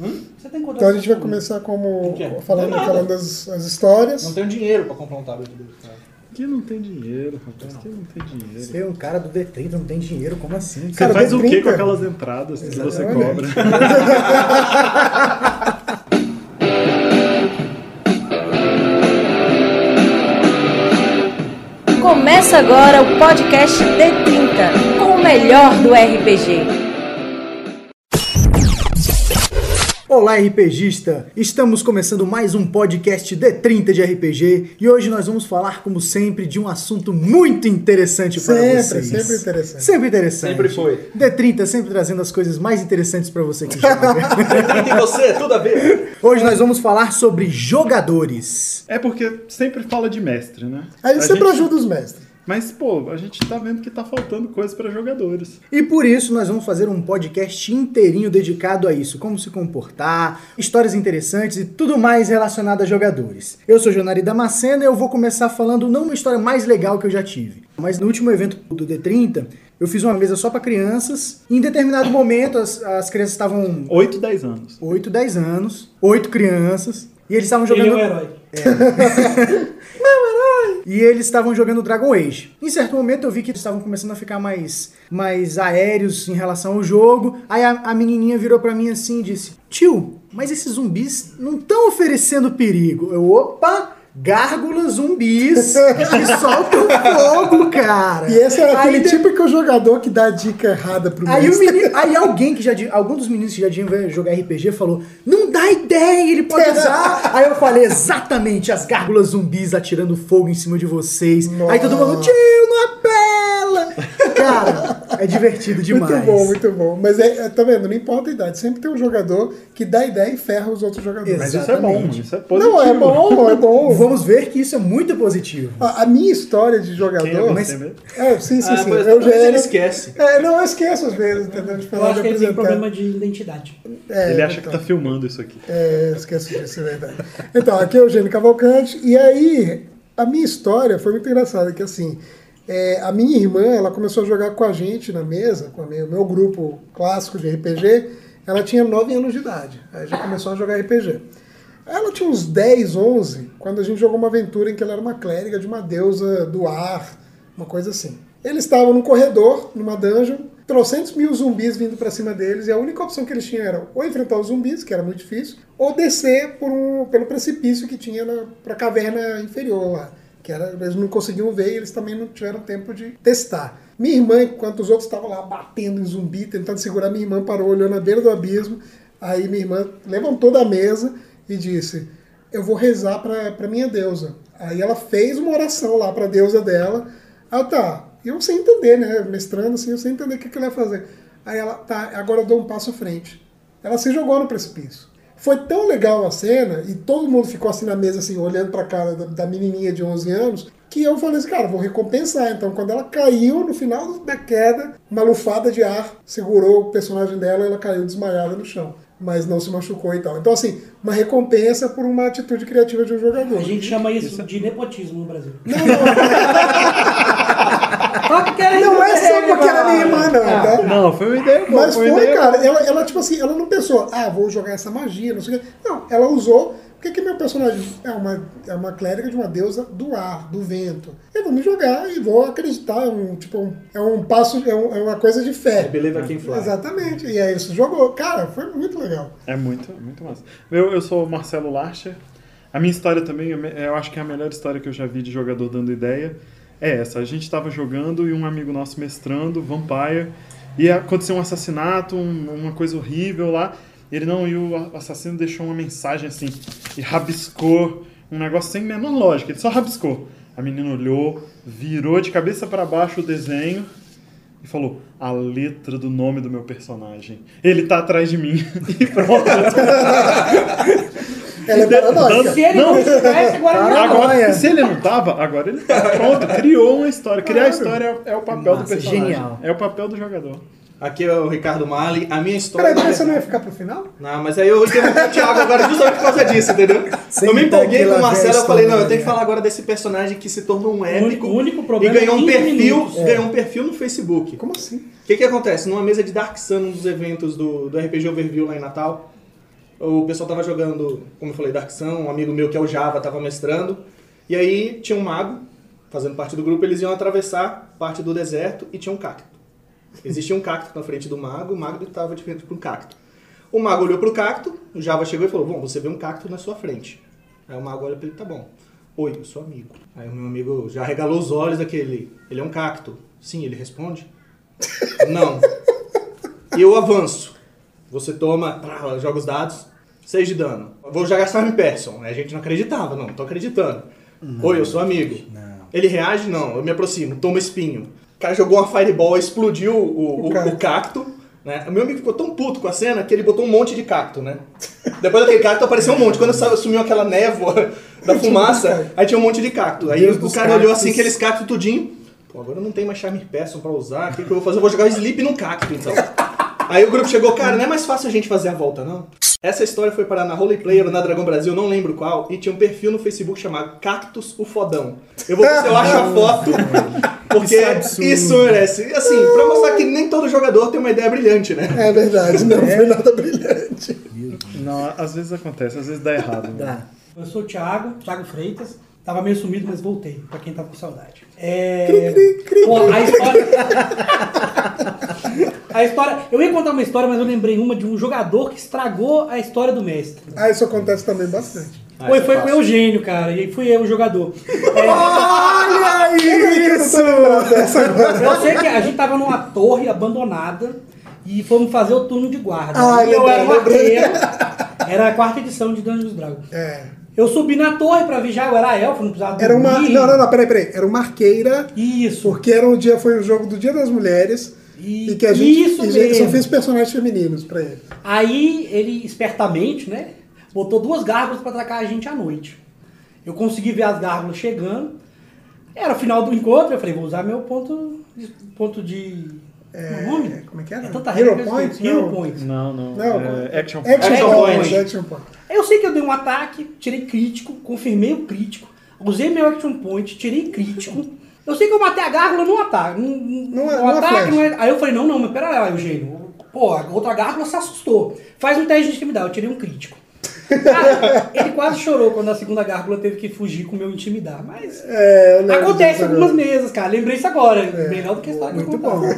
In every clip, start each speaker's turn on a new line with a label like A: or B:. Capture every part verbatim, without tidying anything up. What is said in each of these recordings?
A: Hum? Você tem
B: Então a gente vai começar como falando, falando das as histórias.
A: Não tenho dinheiro pra comprar um tablet do cara.
C: Aqui não tem dinheiro, rapaz. Aqui não tem dinheiro.
D: Você é um cara do D trinta, não tem dinheiro, como assim?
C: Você
B: Cara,
C: faz
B: D
C: o
B: trinta.
C: que com aquelas entradas que você cobra?
E: Começa agora o podcast D trinta, com o melhor do R P G.
D: Olá, RPGista! Estamos começando mais um podcast D trinta de R P G e hoje nós vamos falar, como sempre, de um assunto muito interessante para
B: Sempre,
D: vocês.
B: sempre interessante.
D: Sempre interessante.
A: Sempre foi.
D: D trinta sempre trazendo as coisas mais interessantes para você que joga.
A: D trinta e você, tudo a ver.
D: Hoje nós vamos falar sobre jogadores.
C: É porque sempre fala de mestre, né?
B: A gente
C: A
B: sempre
C: gente-
B: ajuda os mestres.
C: Mas, pô, a gente tá vendo que tá faltando coisa pra jogadores.
D: E por isso nós vamos fazer um podcast inteirinho dedicado a isso, como se comportar, histórias interessantes e tudo mais relacionado a jogadores. Eu sou Jonari Damasceno e eu vou começar falando não uma história mais legal que eu já tive, mas no último evento do D trinta, eu fiz uma mesa só para crianças e em determinado momento as, as crianças estavam
C: oito, dez anos.
D: oito, dez anos, oito crianças, e eles estavam
A: Ele
D: jogando...
A: é um herói.
D: E eles estavam jogando Dragon Age. Em certo momento eu vi que eles estavam começando a ficar mais, mais aéreos em relação ao jogo. Aí a, a menininha virou pra mim assim e disse: tio, mas esses zumbis não estão oferecendo perigo. Eu, opa, gárgulas zumbis que soltam fogo, cara.
B: E esse é aquele
D: Aí de-
B: típico jogador que dá a dica errada pro
D: Aí, o
B: mestre.
D: menino, aí alguém que já de- algum dos meninos que já tinham jogar R P G falou: não dá ideia, ele pode usar. Aí eu falei: exatamente, as gárgulas zumbis atirando fogo em cima de vocês. Aí todo mundo: tio, não apela. Cara, é divertido demais.
B: Muito bom, muito bom. Mas é, é, tá vendo? Não importa a idade. Sempre tem um jogador que dá ideia e ferra os outros jogadores.
C: Mas isso é bom,
D: Exatamente.
C: isso é positivo.
B: Não, é bom, é bom.
D: Vamos ver que isso é muito positivo.
B: A, a minha história de
C: Quem é
B: jogador...
C: você mesmo?
B: É, sim, sim,
A: Ah,
B: sim.
A: pois,
B: Eu
A: talvez
B: já
A: ele
B: era-
A: esquece.
B: É, não, eu esqueço às vezes, entendeu? De
F: Eu
B: falar,
F: acho
B: de
F: que ele tem
B: apresentar.
F: problema de identidade.
B: É,
C: Ele acha
B: então.
C: que tá filmando isso aqui.
B: É, eu esqueço disso, é verdade. Então, aqui é o Eugênio Cavalcante, e aí, a minha história foi muito engraçada, que assim, é, a minha irmã, ela começou a jogar com a gente na mesa, com a minha- o meu grupo clássico de R P G, ela tinha nove anos de idade, aí já começou a jogar R P G. Ela tinha uns dez, onze, quando a gente jogou uma aventura em que ela era uma clériga de uma deusa do ar, uma coisa assim. Eles estavam num corredor, numa dungeon, trocentos mil zumbis vindo pra cima deles, e a única opção que eles tinham era ou enfrentar os zumbis, que era muito difícil, ou descer por um, pelo precipício que tinha na, pra caverna inferior lá. Que era, eles não conseguiam ver e eles também não tiveram tempo de testar. Minha irmã, enquanto os outros estavam lá batendo em zumbi, tentando segurar, minha irmã parou, olhou na beira do abismo, aí minha irmã levantou da mesa e disse: eu vou rezar pra, pra minha deusa. Aí ela fez uma oração lá pra deusa dela. Ah, tá. E eu sem entender, né? Mestrando assim, eu sem entender o que, que ela ia fazer. Aí ela, tá, agora eu dou um passo à frente. Ela se jogou no precipício. Foi tão legal a cena, e todo mundo ficou assim na mesa, assim, olhando pra cara da, da menininha de onze anos, que eu falei assim, cara, vou recompensar. Então, quando ela caiu, no final da queda, uma lufada de ar segurou o personagem dela e ela caiu desmaiada no chão. Mas não se machucou e tal. Então, assim, uma recompensa por uma atitude criativa de um jogador.
F: A gente chama isso de nepotismo no Brasil.
B: Não, não.
F: Só porque era
B: Não é só
F: irmã
B: porque era minha irmã, não,
F: Ah,
B: tá?
C: Não, foi uma ideia boa.
B: Mas
C: uma
B: foi,
C: ideia
B: cara.
C: boa.
B: Ela, ela, tipo assim, ela não pensou, ah, vou jogar essa magia, não sei o quê. Não, ela usou. O que que meu personagem é? Uma, é uma clériga de uma deusa do ar, do vento. Eu vou me jogar e vou acreditar. É um, tipo, um, é um passo, é, um- é uma coisa de fé.
A: Believe I can fly.
B: Exatamente. E aí isso jogou. Cara, foi muito legal.
C: É muito, muito massa. Eu, eu sou o Marcelo Larcher. A minha história também, eu acho que é a melhor história que eu já vi de jogador dando ideia. É essa. A gente estava jogando e um amigo nosso mestrando, Vampire, e aconteceu um assassinato, um- uma coisa horrível lá. Ele não, e o assassino deixou uma mensagem assim, e rabiscou um negócio sem menor lógica. Ele só rabiscou. A menina olhou, virou de cabeça para baixo o desenho e falou: a letra do nome do meu personagem. Ele tá atrás de mim. E pronto.
B: Ela é paranoica.
F: Se ele não tivesse, agora ele não.
C: Agora, se ele não tava, agora ele tá. Pronto, criou uma história. Criar a história é, é o papel
D: Massa,
C: do personagem.
D: genial.
C: É o papel do jogador.
A: Aqui é o Ricardo Marley. A minha história...
B: Peraí, mas você não ia ficar pro final?
A: Não, mas aí eu interrompi o Thiago agora justamente por causa disso, entendeu?
D: Senta
A: eu me empolguei
D: que
A: com
D: lá
A: o Marcelo,
D: vem a
A: eu falei, não, eu
D: história.
A: tenho que falar agora desse personagem que se tornou um épico
F: O único
A: e
F: problema
A: ganhou
F: é
A: um
F: quinze
A: perfil,
F: minutos.
A: ganhou um perfil no Facebook.
B: Como assim?
A: O que que acontece? Numa mesa de Dark Sun, um dos eventos do, do R P G Overview lá em Natal, o pessoal tava jogando, como eu falei, Dark Sun, um amigo meu que é o Java tava mestrando, e aí tinha um mago fazendo parte do grupo, eles iam atravessar parte do deserto e tinha um cacto. Existia um cacto na frente do mago, o mago estava de frente para um cacto. O mago olhou para o cacto, o Java chegou e falou, bom, você vê um cacto na sua frente. Aí o mago olha para ele, tá bom. Oi, eu sou amigo. Aí o meu amigo já regalou os olhos, aquele, ele é um cacto. Sim, ele responde. Não. E eu avanço. Você toma, pá, joga os dados, seis de dano. Vou jogar Charm Person. A gente não acreditava, não, tô acreditando. Não, oi, eu sou amigo. Não. Ele reage? Não, eu me aproximo, toma espinho. O cara jogou uma fireball, explodiu o, o, o, o cacto. Né? O meu amigo ficou tão puto com a cena que ele botou um monte de cacto, né? Depois daquele cacto apareceu um monte. Quando sumiu aquela névoa da fumaça, aí tinha um monte de cacto. Aí Deus o cara cactos. Olhou assim, aqueles cactos tudinho. Pô, agora não tem mais Charm Person pra usar. O que, que eu vou fazer? Eu vou jogar o Sleep num cacto, então. Aí o grupo chegou, cara, não é mais fácil a gente fazer a volta, não? Essa história foi parar na Roleplay Player ou na Dragão Brasil, não lembro qual, e tinha um perfil no Facebook chamado Cactus o Fodão. Eu vou ver se eu acho a foto, porque isso, isso merece. Assim, pra mostrar que nem todo jogador tem uma ideia brilhante, né?
B: É verdade, não é. foi nada brilhante.
C: Não, às vezes acontece, às vezes dá errado. Né?
F: Dá. Eu sou o Thiago, Thiago Freitas. Tava meio sumido, mas voltei, pra quem tava com saudade. É... Cri, cri, cri. Pô, a história... a história... Eu ia contar uma história, mas eu lembrei uma de um jogador que estragou a história do mestre.
B: Ah, isso acontece também bastante.
F: Ah, foi foi com o Eugênio, cara, e fui eu o jogador. É...
B: Olha isso!
F: Eu sei que a gente tava numa torre abandonada e fomos fazer o turno de guarda.
B: Ah,
F: e eu era um arqueiro, era a quarta edição de Dungeons and Dragons.
B: É.
F: Eu subi na torre pra vigiar, eu era elfo, não precisava dormir.
B: Era uma... Não, não, não, peraí, peraí. Era uma arqueira.
F: Isso.
B: Porque era um dia, foi o jogo do Dia das Mulheres. E, e que a gente,
F: isso
B: e
F: mesmo.
B: só fez personagens femininos pra ele.
F: Aí ele, espertamente, né, botou duas gárgulas pra atacar a gente à noite. Eu consegui ver as gárgulas chegando. Era o final do encontro, eu falei, vou usar meu ponto, ponto de...
B: É,
F: nome?
B: como é que era?
F: É tanta
B: Hero
F: regra
B: Point?
F: que eu Hero Point.
C: Não, não.
B: Não,
C: é, action
B: Action,
F: Action
B: Point.
F: Point.
B: Action Point.
F: Eu sei que eu dei um ataque, tirei crítico, confirmei o crítico, usei meu Action Point, tirei crítico. Eu sei que eu matei a gárgula num ataque. Num,
B: Não é-
F: num
B: não é
F: ataque,
B: flash.
F: não é... Aí eu falei, não, não, mas pera lá, Eugênio. Pô, a outra gárgula se assustou. Faz um teste de intimidade, eu tirei um crítico. Cara, ele quase chorou quando a segunda gárgula teve que fugir com o meu intimidar. Mas
B: É, eu lembro
F: acontece
B: disso
F: algumas
B: agora.
F: mesas, cara. Lembrei isso agora. Melhor do que a história que eu
B: Muito
F: vou
B: bom.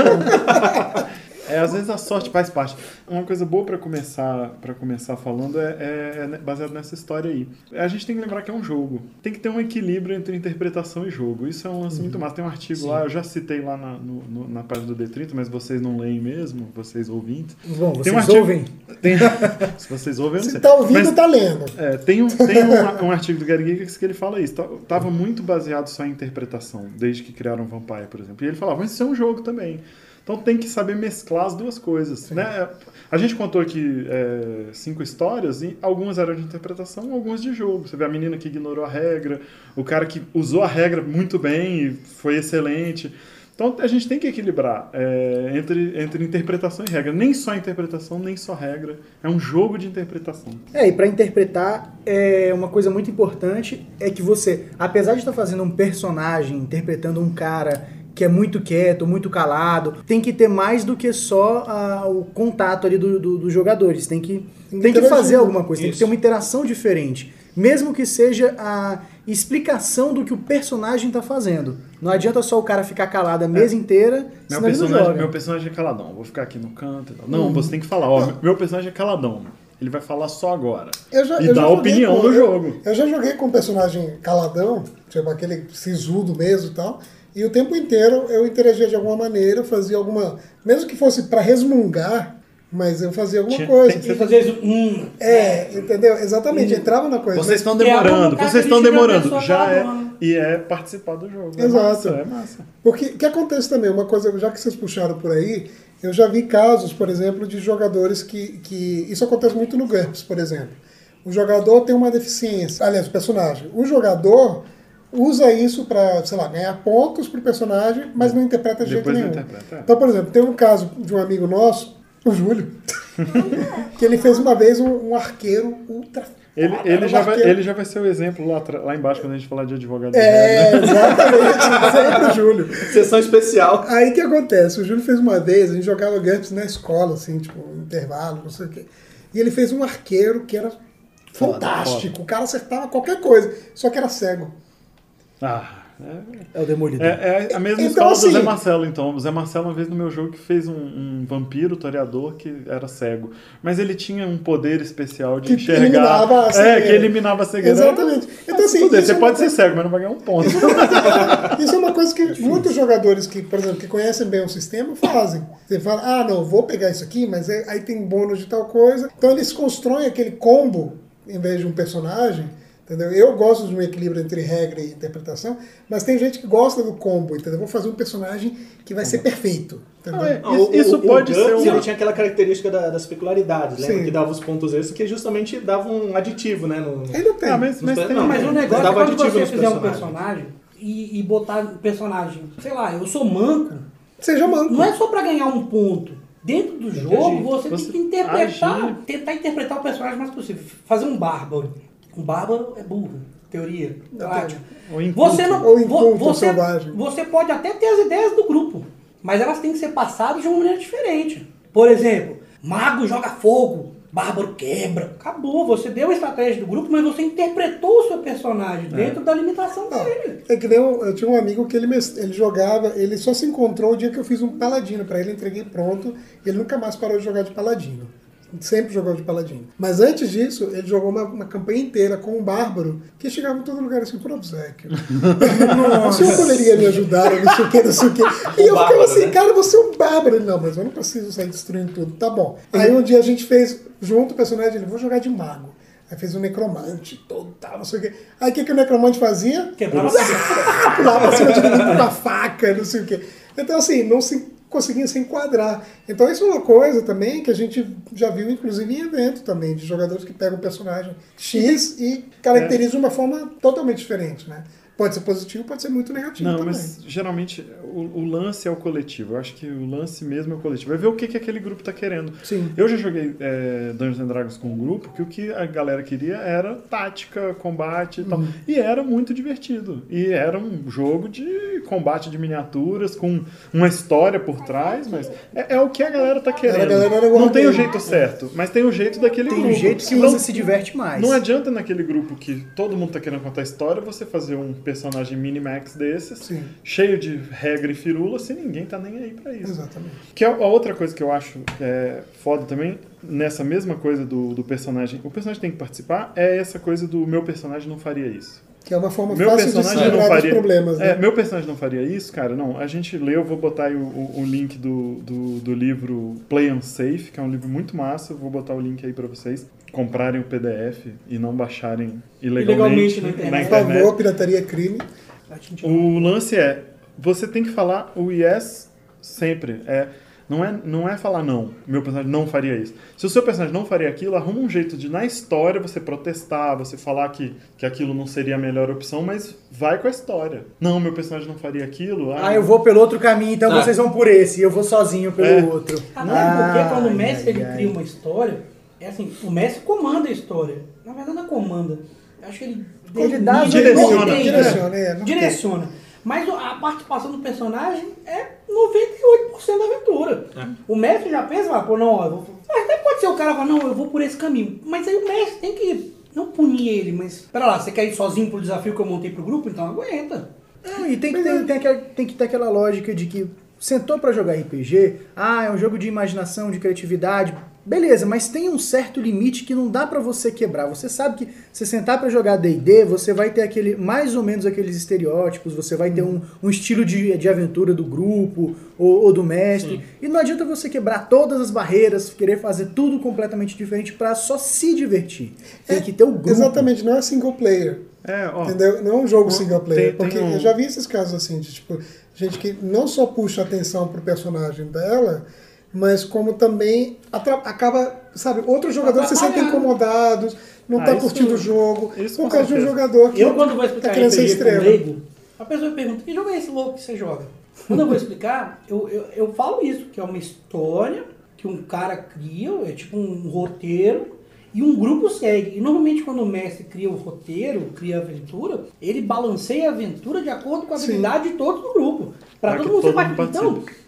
F: contar.
C: É, às vezes a sorte faz parte. Uma coisa boa pra começar, pra começar falando é, é, é baseado nessa história aí. A gente tem que lembrar que é um jogo. Tem que ter um equilíbrio entre interpretação e jogo. Isso é um lance muito massa. Tem um artigo
D: Sim.
C: lá, eu já citei lá na, no, no- na página do D trinta, mas vocês não leem mesmo, vocês ouvintes.
D: Bom,
C: Tem
D: vocês
C: um artigo-
D: ouvem?
C: Tem- se vocês ouvem, eu não
B: Se
C: sei.
B: tá ouvindo,
C: Mas-
B: tá lendo.
C: É, tem um, tem um, um artigo do Gary Gygax que ele fala isso. Tá- Tava muito baseado só em interpretação, desde que criaram Vampire, por exemplo. E ele falava, mas isso é um jogo também. Então tem que saber mesclar as duas coisas. Né? A gente contou aqui é, cinco histórias e algumas eram de interpretação, algumas de jogo. Você vê a menina que ignorou a regra, o cara que usou a regra muito bem e foi excelente. Então a gente tem que equilibrar é, entre, entre interpretação e regra. Nem só interpretação, nem só regra. É um jogo de interpretação.
D: É, e pra interpretar, é uma coisa muito importante é que você, apesar de estar fazendo um personagem, interpretando um cara que é muito quieto, muito calado, tem que ter mais do que só ah, o contato ali do- do- dos jogadores. Tem que, tem que
B: Interagir.
D: fazer alguma coisa, tem que
A: Isso.
D: ter uma interação diferente. Mesmo que seja a explicação do que o personagem tá fazendo. Não adianta só o cara ficar calado a mesa inteira,
C: Meu
D: senão ele não
C: personagem,
D: joga.
C: meu personagem é caladão. Vou ficar aqui no canto e tal. Não, você tem que falar, ó, meu personagem é caladão. Ele vai falar só agora.
B: Eu já,
C: e
B: eu
C: dá
B: já
C: a
B: joguei
C: opinião
B: com-
C: do
B: eu-
C: jogo.
B: Eu já joguei com um personagem caladão, tipo aquele sisudo mesmo e tal, e o tempo inteiro eu interagia de alguma maneira, fazia alguma... Mesmo que fosse pra resmungar, mas eu fazia alguma
C: Tinha-
B: coisa.
F: Você fazer isso. Hum,
B: É, entendeu? Exatamente, entrava na coisa.
C: Vocês
B: mas-
C: estão
F: Que é
C: demorando,
F: uma
C: vocês estão
F: característica da
C: demorando.
F: pessoa
C: Já é.
F: caladona.
C: E é participar do jogo. É
B: Exato.
C: massa, é massa.
B: Porque o que acontece também, uma coisa, já que vocês puxaram por aí, eu já vi casos, por exemplo, de jogadores que, que... Isso acontece muito no GURPS, por exemplo. O jogador tem uma deficiência, aliás, o personagem. O jogador usa isso para, sei lá, ganhar pontos pro personagem, mas não interpreta de jeito
C: Depois não
B: nenhum.
C: interpreta, é.
B: Então, por exemplo, tem um caso de um amigo nosso, o Júlio, que ele fez uma vez um, um arqueiro ultra...
C: Ele,
B: foda,
C: ele,
B: um
C: já vai,
B: arqueiro-
C: ele já vai ser o exemplo lá, atra- lá embaixo quando a gente falar de advogado.
B: É,
C: velho, né?
B: exatamente, sempre o Júlio.
A: Sessão especial.
B: Aí o que acontece? O Júlio fez uma vez, a gente jogava GURPS na escola, assim, tipo, intervalo, não sei o quê. E ele fez um arqueiro que era fantástico.
C: foda.
B: O cara acertava qualquer coisa, só que era cego.
C: Ah,
D: É o Demolidor.
C: é, é a mesma
B: Então,
C: escola
B: assim-
C: do Zé Marcelo, então. O Zé Marcelo, uma vez no meu jogo, que fez um, um vampiro toreador que era cego. Mas ele tinha um poder especial de
B: Que
C: enxergar.
B: eliminava a
C: É,
B: cegueira.
C: que eliminava a cegueira.
B: Exatamente. Então, assim,
C: Fuder,
B: isso
C: você
B: é uma
C: pode ser
B: coisa-
C: cego, mas não vai ganhar um ponto.
B: Isso é uma coisa que muitos jogadores que, por exemplo, que conhecem bem o sistema fazem. Você fala, ah, não, vou pegar isso aqui, mas é- aí tem bônus de tal coisa. Então eles constroem aquele combo em vez de um personagem. Entendeu? Eu gosto de um equilíbrio entre regra e interpretação, mas tem gente que gosta do combo, entendeu? Vou fazer um personagem que vai ser perfeito. Entendeu?
C: Ah, é.
A: Ah,
C: Isso- isso pode
A: o
C: ser
A: GURPS,
C: um-
A: ele tinha aquela característica da- das peculiaridades, lembra?
B: Sim.
A: Que dava os pontos extras, que justamente dava um aditivo, né? No,
B: Ainda tem.
C: Ah, mas, mas
A: Não,
C: tem...
A: mas
F: Mas o negócio é
A: dava
F: quando
A: aditivo
F: você
A: nos
F: fizer um
A: personagens.
F: personagem e, e botar um personagem, sei lá, eu sou manco,
B: Seja manco.
F: não é só pra ganhar um ponto. Dentro do jogo,
A: agir.
F: você,
C: Você
F: tem que interpretar,
C: agir.
F: tentar interpretar o personagem o mais possível. Fazer um bárbaro. Um bárbaro é burro, teoria. prática.
C: Ou inculto.
F: Você não,
B: Ou
F: vo-
B: inculto,
F: você,
B: selvagem.
F: você pode até ter as ideias do grupo, mas elas têm que ser passadas de uma maneira diferente. Por exemplo, mago joga fogo, bárbaro quebra. Acabou, você deu a estratégia do grupo, mas você interpretou o seu personagem dentro da limitação dele.
B: É que nem eu, eu tinha um amigo que ele, mes- ele jogava, ele só se encontrou o dia que eu fiz um paladino pra ele, entreguei pronto, e ele nunca mais parou de jogar de paladino. Sempre jogou de paladino. Mas antes disso, ele jogou uma, uma campanha inteira com um bárbaro que chegava em todo lugar assim, por obséquio. O senhor poderia me ajudar, eu não sei o que, não sei o que. E eu ficava
A: bárbaro,
B: assim,
A: né?
B: cara, você é um bárbaro. Ele, não, mas eu não preciso sair destruindo tudo. Tá bom. Aí um dia a gente fez, junto o personagem, ele, vou jogar de mago. Aí fez um necromante, todo tal, não sei o quê. Aí o que, que o necromante fazia?
F: Quebrava
B: Ah, pulava pra cima de mim com a faca, não sei o quê. Então, assim, não se conseguia se enquadrar. Então, isso é uma coisa também que a gente já viu, inclusive, em evento também, de jogadores que pegam um personagem X e caracterizam de uma forma totalmente diferente, né? Pode ser positivo, pode ser muito negativo
C: Não,
B: também.
C: mas geralmente o, o lance é o coletivo. Eu acho que o lance mesmo é o coletivo. Vai ver o que, que aquele grupo tá querendo.
B: Sim.
C: Eu já joguei é, Dungeons and Dragons com um grupo que o que a galera queria era tática, combate e tal.
B: Uhum.
C: E era muito divertido. E era um jogo de combate de miniaturas com uma história por trás, mas é, é o que a galera tá querendo.
B: A galera era
C: Não tem o
B: guarda-
C: jeito certo, mas tem o jeito daquele
D: Tem
C: grupo.
D: um jeito que
C: Não-
D: você se diverte mais.
C: Não adianta naquele grupo que todo mundo tá querendo contar história, você fazer um personagem minimax desses,
B: Sim.
C: cheio de regra e firula, se ninguém tá nem aí pra isso.
B: Exatamente.
C: Que é a outra coisa que eu acho é, foda também, nessa mesma coisa do, do personagem, o personagem tem que participar, é essa coisa do meu personagem não faria isso.
B: Que é uma forma
C: Meu
B: fácil de se
C: personagem não
B: livrar dos
C: faria.
B: problemas, né?
C: É, meu personagem não faria isso, cara. Não, a gente leu, vou botar aí o, o, o link do, do, do livro Play Unsafe, que é um livro muito massa. Vou botar o link aí pra vocês comprarem o P D F e não baixarem ilegalmente,
F: Ilegalmente na internet.
C: na
B: Por
C: internet.
B: favor, pirataria é crime.
C: O lance é, você tem que falar o yes sempre. É, não, é, não é falar não, meu personagem não faria isso. Se o seu personagem não faria aquilo, arruma um jeito de, na história, você protestar, você falar que, que aquilo não seria a melhor opção, mas vai com a história. Não, meu personagem não faria aquilo.
D: Ah, eu vou pelo outro caminho, então
A: Ah.
D: vocês vão por esse, e eu vou sozinho pelo
C: É.
D: outro.
F: Até
D: Ah,
F: porque quando o
D: ai,
F: mestre ele
D: ai,
F: cria
D: ai.
F: uma história, é assim, o mestre comanda a história. Na verdade não comanda. Eu acho que ele,
D: Ele dá-
C: direciona.
F: norteia.
B: Direciona, é, norteia.
F: Direciona. Mas a participação do personagem é noventa e oito por cento da aventura. O mestre já pensa, ah, pô, não, ó, eu vou... Até pode ser o cara falar, não, eu vou por esse caminho. Mas aí o mestre tem que, não punir ele, mas... Pera lá, você quer ir sozinho pro desafio que eu montei pro grupo? Então aguenta.
D: Não, e tem que, ter, tem, aquela- tem que ter aquela lógica de que sentou pra jogar R P G, ah, é um jogo de imaginação, de criatividade, beleza, mas tem um certo limite que não dá pra você quebrar. Você sabe que se sentar pra jogar D e D, você vai ter aquele, mais ou menos aqueles estereótipos, você vai ter um, um estilo de, de aventura do grupo ou, ou do mestre,
A: Sim.
D: e não adianta você quebrar todas as barreiras, querer fazer tudo completamente diferente pra só se divertir. Tem
B: É,
D: que ter o grupo.
B: Exatamente, não é single player.
C: É, ó,
B: Entendeu? Não é um jogo
C: Ó,
B: single player.
C: tem- tem
B: porque
C: um-
B: eu já vi esses casos assim, de tipo, gente que não só puxa atenção pro personagem dela, mas como também atra- acaba, sabe, outros jogadores se sentem
F: Atrapalhando.
B: incomodados, não
C: Ah,
B: tá
C: isso-
B: curtindo o jogo,
C: isso
B: por
C: com
B: causa de um
C: certeza.
B: jogador que
F: Eu, quando vou explicar
B: tá querendo ser
F: R P G com
B: estrela.
F: leigo, a pessoa me pergunta, que jogo é esse louco que você joga? Quando eu vou explicar, eu, eu, eu falo isso, que é uma história que um cara cria, é tipo um roteiro, e um grupo segue. E normalmente quando o mestre cria o roteiro, cria a aventura, ele balanceia a aventura de acordo com a
B: Sim.
F: habilidade de todos do grupo. Pra
C: Pra
F: todo
C: que
F: mundo ser
C: todo mundo
F: participante. Então,
C: participe.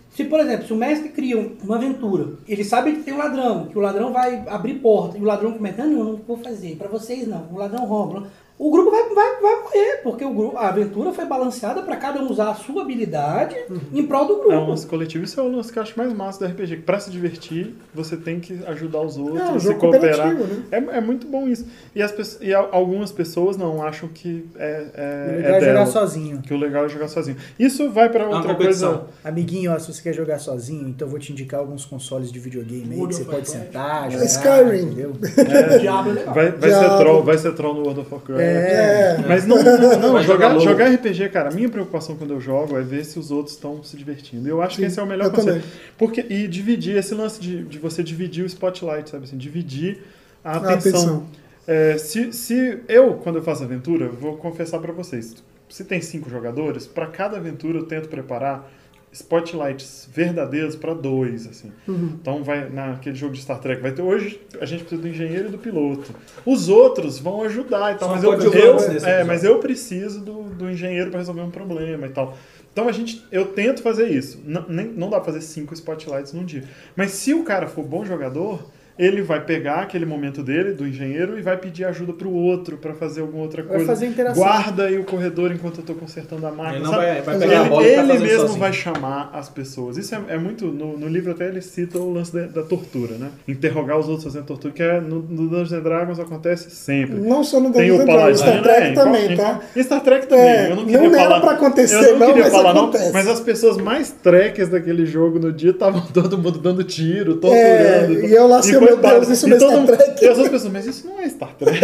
F: Se, por exemplo, se o mestre cria uma aventura, ele sabe que tem um ladrão, que o ladrão vai abrir porta, e o ladrão começa, não, eu não vou fazer, pra vocês não, o ladrão rouba. O grupo vai, vai, vai morrer, porque o grupo, a aventura foi balanceada pra cada um usar a sua habilidade uhum. em prol do grupo.
C: É um lance coletivo, isso é o lance que eu acho mais massa do R P G, que pra se divertir, você tem que ajudar os outros,
B: é, um
C: se cooperar. Né? É, é muito bom isso. E, as, e algumas pessoas não acham que é, é,
D: o legal
C: é,
D: é jogar
C: dela,
D: sozinho.
C: Que o legal é jogar sozinho. Isso vai pra outra coisa...
D: Amiguinho, ó, se você quer jogar sozinho, então eu vou te indicar alguns consoles de videogame aí que você pode sentar, jogar,
B: Skyrim.
D: Entendeu?
C: É, Diablo é legal. Vai, vai, ser troll, vai ser troll no World of Warcraft. É. Mas não, não, não jogar, jogar R P G, cara, a minha preocupação quando eu jogo é ver se os outros estão se divertindo. Eu acho Sim, que esse é o melhor conceito. Porque, e dividir, esse lance de, de você dividir o spotlight, sabe assim, dividir a atenção. A atenção. É, se, se eu, quando eu faço aventura, vou confessar pra vocês, se tem cinco jogadores, pra cada aventura eu tento preparar spotlights verdadeiros para dois, assim. Uhum. Então vai naquele jogo de Star Trek, vai ter hoje a gente precisa do engenheiro e do piloto. Os outros vão ajudar e tal, mas eu, eu, é, mas eu preciso do, do engenheiro para resolver um problema e tal. Então a gente, eu tento fazer isso. Não, nem, não dá pra fazer cinco spotlights num dia. Mas se o cara for bom jogador, ele vai pegar aquele momento dele, do engenheiro, e vai pedir ajuda pro outro para fazer alguma outra coisa.
D: Vai fazer interação.
C: Guarda aí o corredor enquanto eu tô consertando a máquina.
A: Ele, não vai, vai
C: ele,
A: pegar a bola e tá
C: ele mesmo
A: sozinho.
C: vai chamar as pessoas. Isso é, é muito... No, no livro até ele cita o lance da, da tortura, né? Interrogar os outros fazendo tortura, que é, no, no Dungeons and Dragons acontece sempre.
B: Não só no
C: Tem
B: Dungeons and Dragons, Star Trek
C: é,
B: também,
C: em,
B: tá?
C: Em Star Trek também.
B: É,
C: eu não queria
B: não
C: falar,
B: era pra acontecer,
C: eu não,
B: não
C: queria
B: mas
C: falar,
B: acontece.
C: Não, mas as pessoas mais treques daquele jogo no dia estavam todo mundo dando tiro, torturando.
B: É, e eu lá, seu meu Deus, isso não é Star Trek.
C: E as outras pessoas, mas isso não é Star Trek.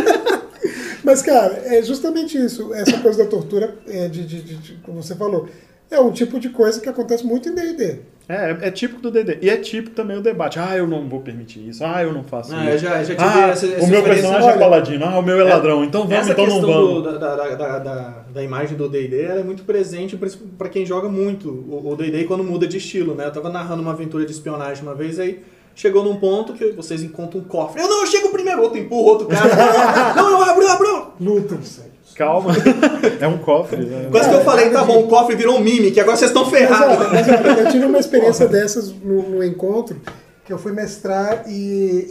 B: Mas, cara, é justamente isso. Essa coisa da tortura, é, de, de, de, de, como você falou, é um tipo de coisa que acontece muito em D e D.
C: É, é típico do D e D. E é típico também o debate. Ah, eu não vou permitir isso. Ah, eu não faço
A: ah,
C: isso.
A: Eu já, já tive
C: ah,
A: essa, essa
C: o meu personagem
A: olha,
C: é paladino. Ah, o meu é ladrão. Então vamos, então não vamos.
A: Essa questão da, da, da, da imagem do D e D ela é muito presente para quem joga muito o D e D quando muda de estilo, né? Eu tava narrando uma aventura de espionagem uma vez, aí chegou num ponto que vocês encontram um cofre. Eu não, eu chego primeiro, outro empurra, outro cara. Não, eu abro, eu abro.
B: Luta, sério.
C: Calma. É um cofre. Né?
A: Quase que eu falei, tá bom, o cofre virou um mime, que agora vocês estão ferrados.
B: Mas, mas, mas, eu tive uma experiência dessas no, no encontro, que eu fui mestrar e,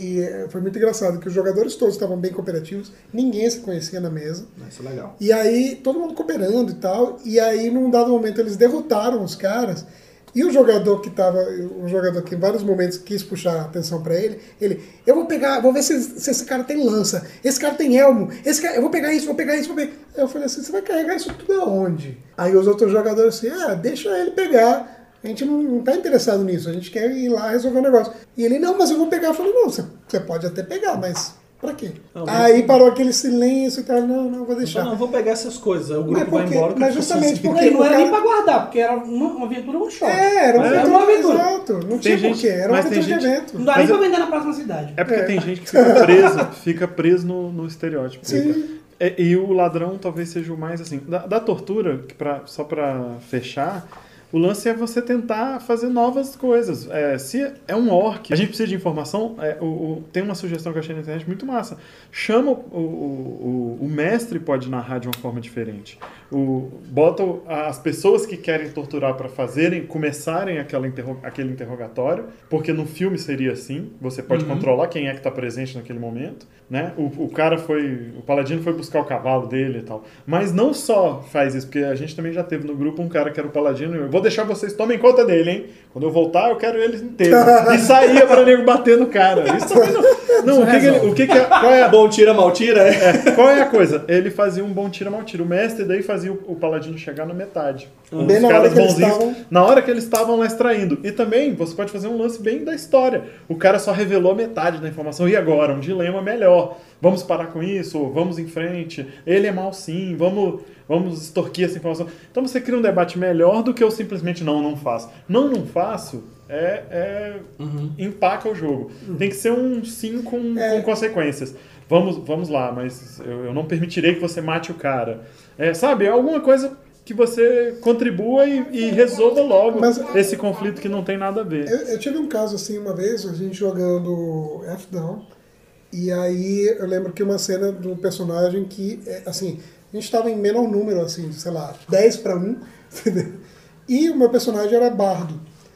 B: e foi muito engraçado, que os jogadores todos estavam bem cooperativos, ninguém se conhecia na mesa.
A: Isso é legal.
B: E aí, todo mundo cooperando e tal, e aí, num dado momento, eles derrotaram os caras. E o jogador que tava, o jogador que em vários momentos quis puxar a atenção pra ele, ele, eu vou pegar, vou ver se, se esse cara tem lança, esse cara tem elmo, esse cara, eu vou pegar isso, vou pegar isso, vou pegar. Aí eu falei assim, você vai carregar isso tudo aonde? Aí os outros jogadores assim, ah, deixa ele pegar, a gente não, não tá interessado nisso, a gente quer ir lá resolver o negócio. E ele, não, mas eu vou pegar. Eu falei, não, você, você pode até pegar, mas... Pra quê? Não, aí parou aquele silêncio e tal, não, não, vou deixar.
A: Não, não, vou pegar essas coisas, o grupo
B: mas porque,
A: vai embora.
B: Mas justamente porque...
F: porque não era
B: cara...
F: nem pra guardar, porque era uma, uma aventura um shot.
B: É, era uma,
F: era
B: aventura,
F: uma aventura.
B: Exato, não tinha porquê, era uma aventura de evento.
F: Não dá nem pra vender na próxima cidade.
C: É porque
B: é.
C: tem gente que fica preso, fica preso no, no estereótipo.
B: Sim.
C: É, e o ladrão talvez seja o mais assim... Da, da tortura, que pra, só pra fechar... O lance é você tentar fazer novas coisas. É, se é um orc, a gente precisa de informação, é, o, o, tem uma sugestão que eu achei na internet muito massa. Chama o, o, o, o mestre pode narrar de uma forma diferente. O, bota as pessoas que querem torturar para fazerem, começarem aquela interro, aquele interrogatório, porque no filme seria assim, você pode uhum. controlar quem é que está presente naquele momento. Né? O, o cara foi, o paladino foi buscar o cavalo dele e tal. Mas não só faz isso, porque a gente também já teve no grupo um cara que era o paladino, eu vou deixar vocês, tomem conta dele, hein? Quando eu voltar, eu quero eles inteiros. E saía pra nego bater no cara. Isso também não... Não, o que, que ele... O que que é, qual é a...
A: Bom tira, mal tira, é.
C: é. Qual é a coisa? Ele fazia um bom tira, mal tira. O mestre daí fazia o, o paladino chegar na metade.
B: Hum. Bem na hora que eles estavam...
C: Na hora que eles estavam lá extraindo. E também, você pode fazer um lance bem da história. O cara só revelou metade da informação. E agora? Um dilema melhor. Vamos parar com isso? Vamos em frente? Ele é mal sim, vamos... Vamos extorquir essa informação. Então você cria um debate melhor do que eu simplesmente não, não faço. Não, não faço é, é uhum. empaca o jogo. Uhum. Tem que ser um sim com, é. com consequências. Vamos, vamos lá, mas eu, eu não permitirei que você mate o cara. É, sabe, alguma coisa que você contribua e, e resolva logo mas, esse conflito que não tem nada a ver.
B: Eu, eu tive um caso assim uma vez, a gente jogando F-Down, e aí eu lembro que uma cena do personagem que, assim... A gente estava em menor número, assim, sei lá, dez para um, entendeu? E o meu personagem era bardo.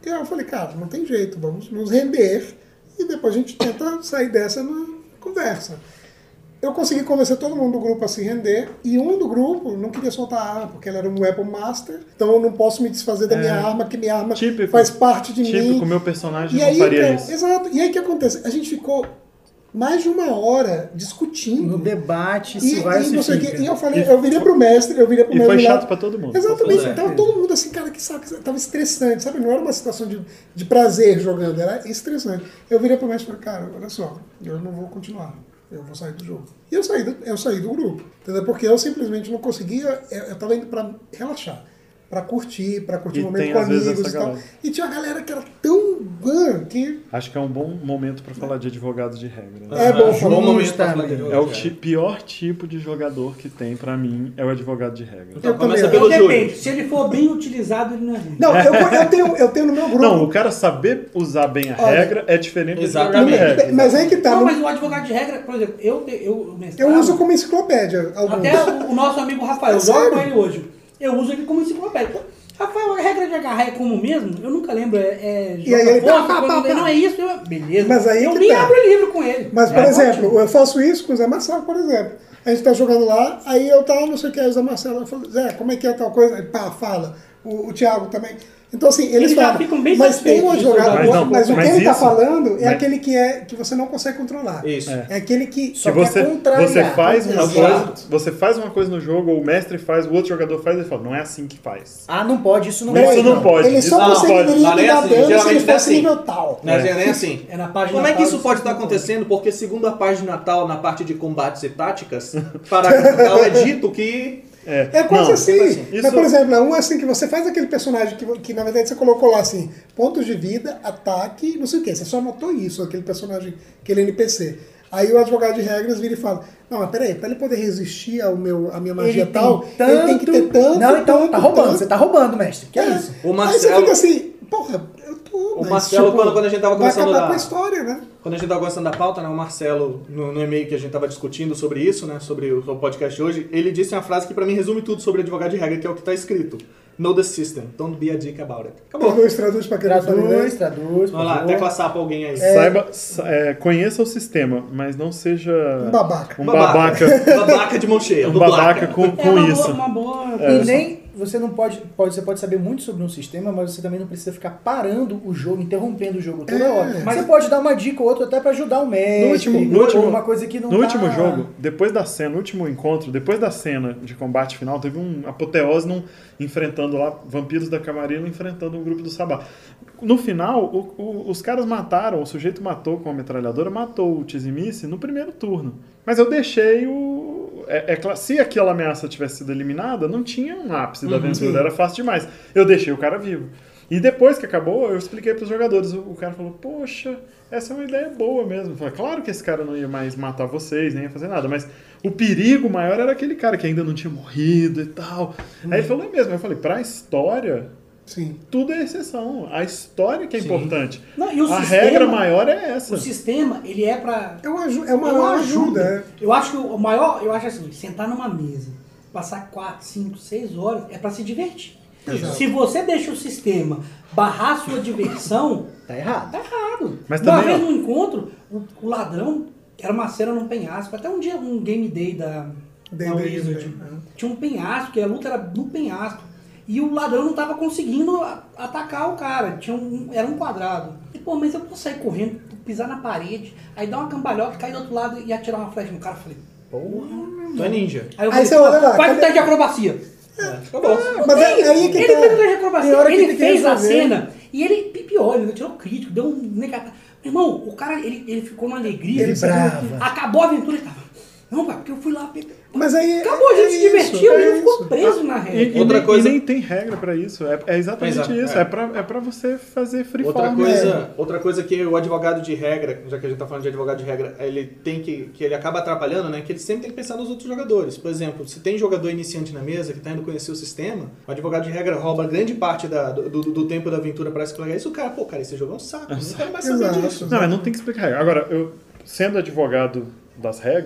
B: E eu falei, cara, não tem jeito, vamos nos render e depois a gente tenta sair dessa na conversa. Eu consegui convencer todo mundo do grupo a se render, e um do grupo não queria soltar a arma, porque ela era um Weapon Master, então eu não posso me desfazer da
C: É,
B: minha arma, que minha arma
C: típico,
B: faz parte de
C: típico,
B: mim.
C: Típico, meu personagem
B: E
C: não
B: aí,
C: faria
B: então,
C: isso.
B: exato. E aí o que acontece? A gente ficou mais de uma hora discutindo.
D: No debate,
B: E,
D: se vai
B: e,
D: ou
B: não
D: se
B: sei o quê.
D: fica.
B: E eu falei,
C: E
B: eu virei pro mestre, eu virei pro
C: E
B: mestre.
C: foi
B: lá.
C: chato pra todo mundo.
B: Exatamente.
F: É.
B: Tava todo mundo assim, cara, que sabe, tava estressante, sabe? Não era uma situação de, de prazer jogando, era estressante. Eu virei pro mestre e falei, cara, olha só, eu não vou continuar. Eu vou sair do jogo. E eu saí do, eu saí do grupo. Entendeu? Porque eu simplesmente não conseguia. Eu, eu tava indo pra relaxar. Pra curtir, pra curtir
C: E
B: o momento
C: tem,
B: com
C: às vezes,
B: amigos
C: essa
B: e tal.
C: galera.
B: E tinha uma galera que era tão bã que.
C: Acho que é um bom momento pra falar de advogado de regra. Né?
B: É bom
A: Bom
B: falar.
A: momento pra falar de
D: É
C: É o
A: advogado de
C: ti-
A: regra.
C: pior tipo de jogador que tem pra mim, é o advogado de regra.
A: Então
B: Eu
A: começa
B: também
A: pelo
F: Então depende,
A: Júlio.
F: se ele for bem utilizado, ele não é ruim.
B: Não, eu, eu, tenho, eu tenho no meu grupo.
C: Não, o cara saber usar bem a
B: Olha,
C: regra é diferente do advogado de
A: exatamente.
C: regra.
B: Mas aí que tá.
F: Não,
B: no-
F: mas o advogado de regra, por exemplo, eu, te- eu, eu,
B: eu uso como enciclopédia. Alguns.
F: Até o, o nosso amigo Rafael, eu
B: É
F: jogo com
B: sério?
F: ele hoje. Eu uso ele como enciclopédia. Rafael, a regra de agarrar é como mesmo? Eu nunca lembro. É, é
B: E aí ele
F: joga
B: pá,
F: força,
B: pá,
F: quando-
B: pá, pá.
F: não é isso, eu, beleza.
B: Mas aí
F: eu
B: que
F: nem
B: tá.
F: abro o livro com ele.
B: Mas, por
F: É
B: exemplo,
F: ótimo.
B: eu faço isso com o Zé Marcelo, por exemplo. A gente tá jogando lá, aí eu tava, não sei o que, aí o Zé Marcelo, eu falo, Zé, como é que é tal coisa? Ele, pá, fala. O, o Thiago também. Então, assim, eles,
F: Eles já
B: falam.
F: ficam bem
B: mas tem um
F: satisfeitos,
B: advogado,
C: mas não,
B: mas o que
C: mas
B: ele tá
C: isso-
B: falando é
C: mas-
B: aquele que, é, que você não consegue controlar.
A: Isso.
C: É.
B: É aquele que.
D: Só
C: Se você,
D: quer contrariar.
C: você faz uma
A: Exato.
C: coisa, você faz uma coisa no jogo, ou o mestre faz, o outro jogador faz, ele fala, não é assim que faz.
D: Ah, não pode, isso não
C: Isso
D: pode.
C: não pode.
B: Ele
C: isso
B: só
C: não pode.
B: conseguiria
A: Não, nem
B: me dar
A: assim,
B: dano se
A: geralmente
B: ele
A: não é
B: fosse
A: assim.
B: nível tal.
A: Não é nem assim.
F: É na página
A: Como é que
F: tal,
A: isso pode estar
F: não pode.
A: acontecendo? Porque segundo a página tal, na parte de combates e táticas, parágrafo tal é dito que...
C: É,
B: É quase
C: não,
B: assim.
A: assim.
B: Mas,
C: Isso-
B: por exemplo, um assim que você faz aquele personagem que, que na verdade você colocou lá assim, pontos de vida, ataque, não sei o que. Você só anotou isso, aquele personagem, aquele N P C. Aí o advogado de regras vira e fala, não, mas peraí, pra ele poder resistir ao meu, à minha magia
D: Ele
B: tal,
D: tem
B: ele tem que ter tanto,
D: Não, então
B: tanto,
D: tá roubando,
B: tanto.
D: você tá roubando, mestre. Que é,
B: É.
D: isso?
A: O
B: Aí você
A: Marcelo-
B: fica assim, porra, eu tô,
A: O
B: mas,
A: Marcelo,
B: tipo,
A: quando- quando a gente tava
B: vai
A: conversando
B: acabar
A: da-
B: com a história, né?
A: Quando a gente estava conversando da pauta, né, o Marcelo, no, no e-mail que a gente estava discutindo sobre isso, né, sobre o, o podcast de hoje, ele disse uma frase que para mim resume tudo sobre advogado de regra, que é o que está escrito. Know the system, don't be a dick about it. Acabou.
B: Traduz, traduz pra quem não sabe
D: Traduz,
B: inglês.
D: traduz. por
A: Vamos lá,
D: favor.
A: tecla sapa alguém aí.
C: Saiba, sa- é, conheça o sistema, mas não seja
B: Um babaca.
C: um babaca,
A: babaca de mão cheia.
C: um
A: do
C: babaca
A: Blaca.
C: com,
F: É
C: com
F: uma
C: isso.
F: boa, uma boa
D: E nem você não pode, pode, você pode saber muito sobre um sistema, mas você também não precisa ficar parando o jogo, interrompendo o jogo toda
B: É.
D: hora.
F: Mas-
D: você pode dar uma dica ou outra até pra ajudar o mestre,
C: No último- no
D: ou
C: último-
D: uma coisa que não
C: No
D: tá...
C: último jogo, depois da cena, no último encontro, depois da cena de combate final, teve um apoteose num, enfrentando lá vampiros da Camarilla enfrentando um grupo do Sabá. No final, o- o- os caras mataram, o sujeito matou com a metralhadora, matou o Tizimice no primeiro turno. Mas eu deixei o... É, é claro, se aquela ameaça tivesse sido eliminada, não tinha um ápice da aventura, era fácil demais. Eu deixei o cara vivo. E depois que acabou, eu expliquei para os jogadores. O, o cara falou, poxa, essa é uma ideia boa mesmo. Eu falei, claro que esse cara não ia mais matar vocês, nem ia fazer nada, mas o perigo maior era aquele cara que ainda não tinha morrido e tal. Aí ele falou, é mesmo. Eu falei, pra história,
B: Sim.
C: tudo é exceção. A história que é
A: Sim.
C: importante.
F: Não, e o
C: a
F: sistema-
C: regra maior é essa.
F: O sistema, ele é pra...
B: É uma, aju- é uma,
F: É uma
B: ajuda.
F: ajuda.
B: é.
F: Eu acho que o maior, eu acho assim, sentar numa mesa, passar quatro, cinco, seis horas, é pra se divertir.
B: Exato.
F: Se você deixa o sistema barrar a sua diversão,
D: Tá errado.
F: tá errado.
C: Mas
F: Uma
C: também,
F: vez
C: ó.
F: num encontro, o, o ladrão era uma cena num penhasco, até um dia, um game day da,
B: Day
F: da
B: day,
F: Wizard.
B: day, né?
F: Tinha um penhasco, que a luta era no penhasco. E o ladrão não tava conseguindo a- atacar o cara. Tinha um, era um quadrado. E, pô, mas eu posso sair correndo, pisar na parede, aí dar uma cambalhota, cair do outro lado e atirar uma flecha no cara. Eu falei, porra.
A: Tu é ninja.
F: Aí eu
B: Aí
F: falei,
B: você olha lá,
F: faz
B: cadê-
F: o teste de acrobacia.
A: Acabou.
B: Mas é, aí que
F: Ele
B: tá.
F: fez o teste de acrobacia,
B: Tem hora que
F: ele
B: tem que
F: fez a
B: resolver.
F: cena e ele pipiou, ele tirou crítico, deu um negativo. Meu irmão, o cara, ele, ele ficou numa alegria.
B: Ele brava.
F: Acabou a aventura, ele tava... Não, pai, porque eu fui lá...
B: Mas aí.
F: Acabou, a gente
B: é
F: se
B: isso,
F: divertiu,
B: é
F: ele não ficou
B: isso.
F: preso na
C: E,
F: regra.
C: e
A: Outra
C: nem,
A: coisa-
C: e nem tem regra pra isso. É, é exatamente
A: Exato,
C: isso.
A: é.
C: É, pra, é pra você fazer free
A: Outra
C: form.
A: coisa, outra coisa que o advogado de regra, já que a gente tá falando de advogado de regra, ele tem que, que ele acaba atrapalhando, né? Que ele sempre tem que pensar nos outros jogadores. Por exemplo, se tem jogador iniciante na mesa que tá indo conhecer o sistema, o advogado de regra rouba grande parte da, do, do, do tempo da aventura para explicar isso. O cara, pô, cara, esse jogo é um saco, eu não quero mais saber
B: Exato.
A: disso.
C: Não, mas não tem que explicar regra. Agora, eu, sendo advogado das regras,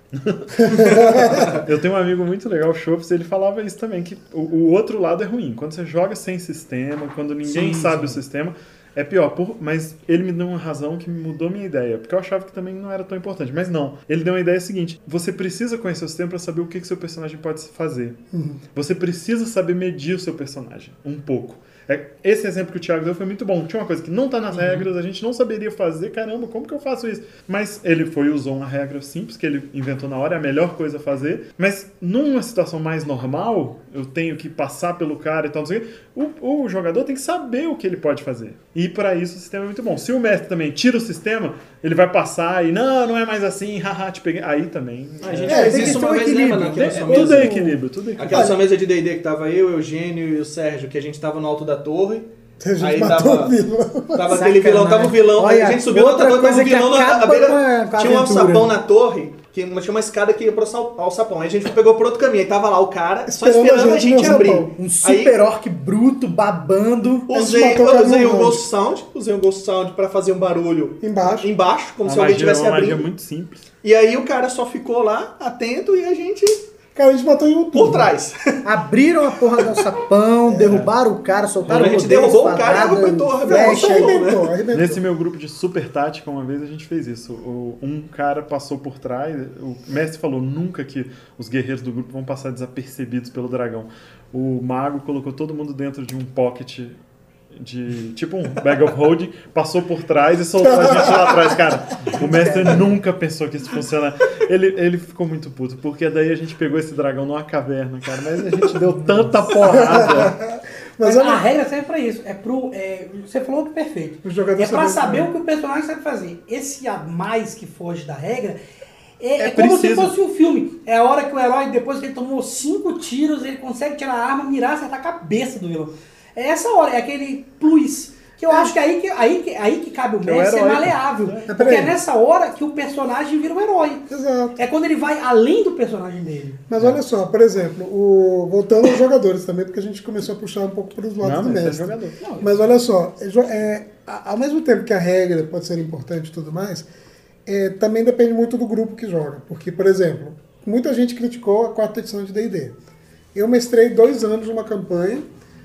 C: Eu tenho um amigo muito legal, o Chops, ele falava isso também, que o, o outro lado é ruim. Quando você joga sem sistema, quando ninguém
F: Sim,
C: sabe
F: sim.
C: o sistema, é pior. Por, mas ele me deu uma razão que mudou minha ideia, porque eu achava que também não era tão importante. Mas não, ele deu uma ideia seguinte, você precisa conhecer o sistema para saber o que, que seu personagem pode fazer.
B: Uhum.
C: Você precisa saber medir o seu personagem, um pouco. É, esse exemplo que o Thiago deu foi muito bom. Tinha uma coisa que não tá nas
F: Uhum.
C: regras, a gente não saberia fazer, caramba, como que eu faço isso? Mas ele foi e usou uma regra simples que ele inventou na hora, é a melhor coisa a fazer. Mas numa situação mais normal, eu tenho que passar pelo cara e tal, não sei o quê, o, o jogador tem que saber o que ele pode fazer. E para isso o sistema é muito bom. Se o mestre também tira o sistema, ele vai passar e não, não é mais assim, haha, te peguei. Aí também.
A: A gente
B: É,
A: fez
B: tem que
A: isso
B: ter
A: uma
B: um
A: vez,
B: equilíbrio.
A: lembra, naquela
C: É,
A: sua
C: tudo
A: mesa?
C: é equilíbrio, tudo é equilíbrio.
A: Aquela sua mesa de D e D que tava eu, Eugênio e o Sérgio, que a gente tava no alto da torre.
B: A gente
A: Aí
B: matou
A: tava-
B: o vilão.
A: Tava aquele vilão, tava o vilão.
D: Olha,
A: a gente subiu na
D: outra
A: torre, tava
D: coisa
A: o vilão
D: que
A: na
D: acaba
A: a beira.
D: com a- com a
A: Tinha um
D: aventura.
A: alçapão na torre, que tinha uma escada que ia pro sal- alçapão. Aí a gente pegou por outro caminho. Aí tava lá o cara, só
B: Esperando
A: esperando
B: a
A: a
B: gente
A: gente
B: no
A: abrir.
B: alçapão.
D: Um
A: Aí
D: super orc bruto, babando.
A: usei,
B: A gente matou o
A: eu
B: cara
A: usei
B: no
A: o
B: round.
A: Ghost Sound, usei o Ghost Sound pra fazer um barulho
B: Embaixo.
A: embaixo, como
C: Uma
A: se alguém
C: magia,
A: tivesse
C: uma magia
A: abrindo.
C: muito simples.
A: E aí o cara só ficou lá, atento, e a gente
B: Cara, a gente matou em um
A: por
B: turno.
A: trás.
D: Abriram a porra do alçapão, derrubaram o cara, soltaram
A: A
D: o
A: gente
D: poder,
A: derrubou o cara e
D: espadada,
A: arrebentou, arrebentou.
B: Você
D: flecha.
B: arrebentou, arrebentou.
C: Nesse meu grupo de super tática, uma vez a gente fez isso. O- um cara passou por trás, o mestre falou nunca que os guerreiros do grupo vão passar desapercebidos pelo dragão. O mago colocou todo mundo dentro de um pocket de tipo um bag of holding, passou por trás e soltou a gente lá atrás, cara. O mestre nunca pensou que isso funciona. Ele, ele ficou muito puto, porque daí a gente pegou esse dragão numa caverna, cara, mas a gente deu tanta porrada.
B: Mas
F: Mas a
B: olha,
F: regra serve pra isso. É pro. É, você falou que perfeito.
B: O jogador
F: É pra
B: saber
F: saber
B: o
F: o que o personagem sabe fazer. Esse a mais que foge da regra é,
C: É
F: é como se
C: preciso.
F: fosse um filme. É a hora que o herói, depois que ele tomou cinco tiros, ele consegue tirar a arma, mirar, acertar a cabeça do vilão. É essa hora, é aquele plus. Que eu acho que é aí que, aí que, aí que cabe o
C: Que é o
F: mestre ser
C: herói.
F: maleável.
B: É,
F: Porque
B: peraí.
F: é nessa hora que o personagem vira um herói.
B: exato.
F: É quando ele vai além do personagem dele.
B: Mas olha só, por exemplo, o... voltando aos jogadores também, porque a gente começou a puxar um pouco para os lados
C: Não,
B: do
C: mas é
B: mestre.
C: jogador.
B: Mas olha só, é jo- é, a- ao mesmo tempo que a regra pode ser importante e tudo mais, é, também depende muito do grupo que joga. Porque, por exemplo, muita gente criticou a quarta edição de D e D. Eu mestrei dois anos numa campanha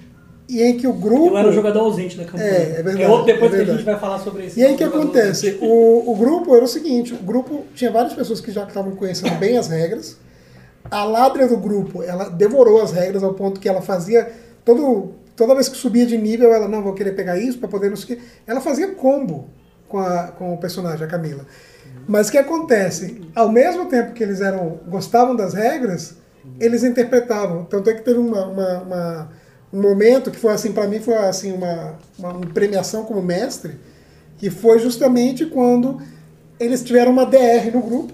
B: e em que o grupo...
F: Eu era o jogador ausente da campanha.
B: É, é verdade,
F: outro depois
B: é
F: que a
B: verdade.
F: gente vai falar sobre isso.
B: E aí o que acontece? O, o grupo era o seguinte, o grupo tinha várias pessoas que já estavam conhecendo bem as regras. A ladra do grupo, ela devorou as regras ao ponto que ela fazia todo, toda vez que subia de nível, ela não vou querer pegar isso para poder não sei o quê. Ela fazia combo com, a, com o personagem, a Camila. Mas o que acontece? Ao mesmo tempo que eles eram gostavam das regras, eles interpretavam. Tanto é que teve uma, uma, uma um momento que foi assim, para mim foi assim uma, uma premiação como mestre, que foi justamente quando eles tiveram uma D R no grupo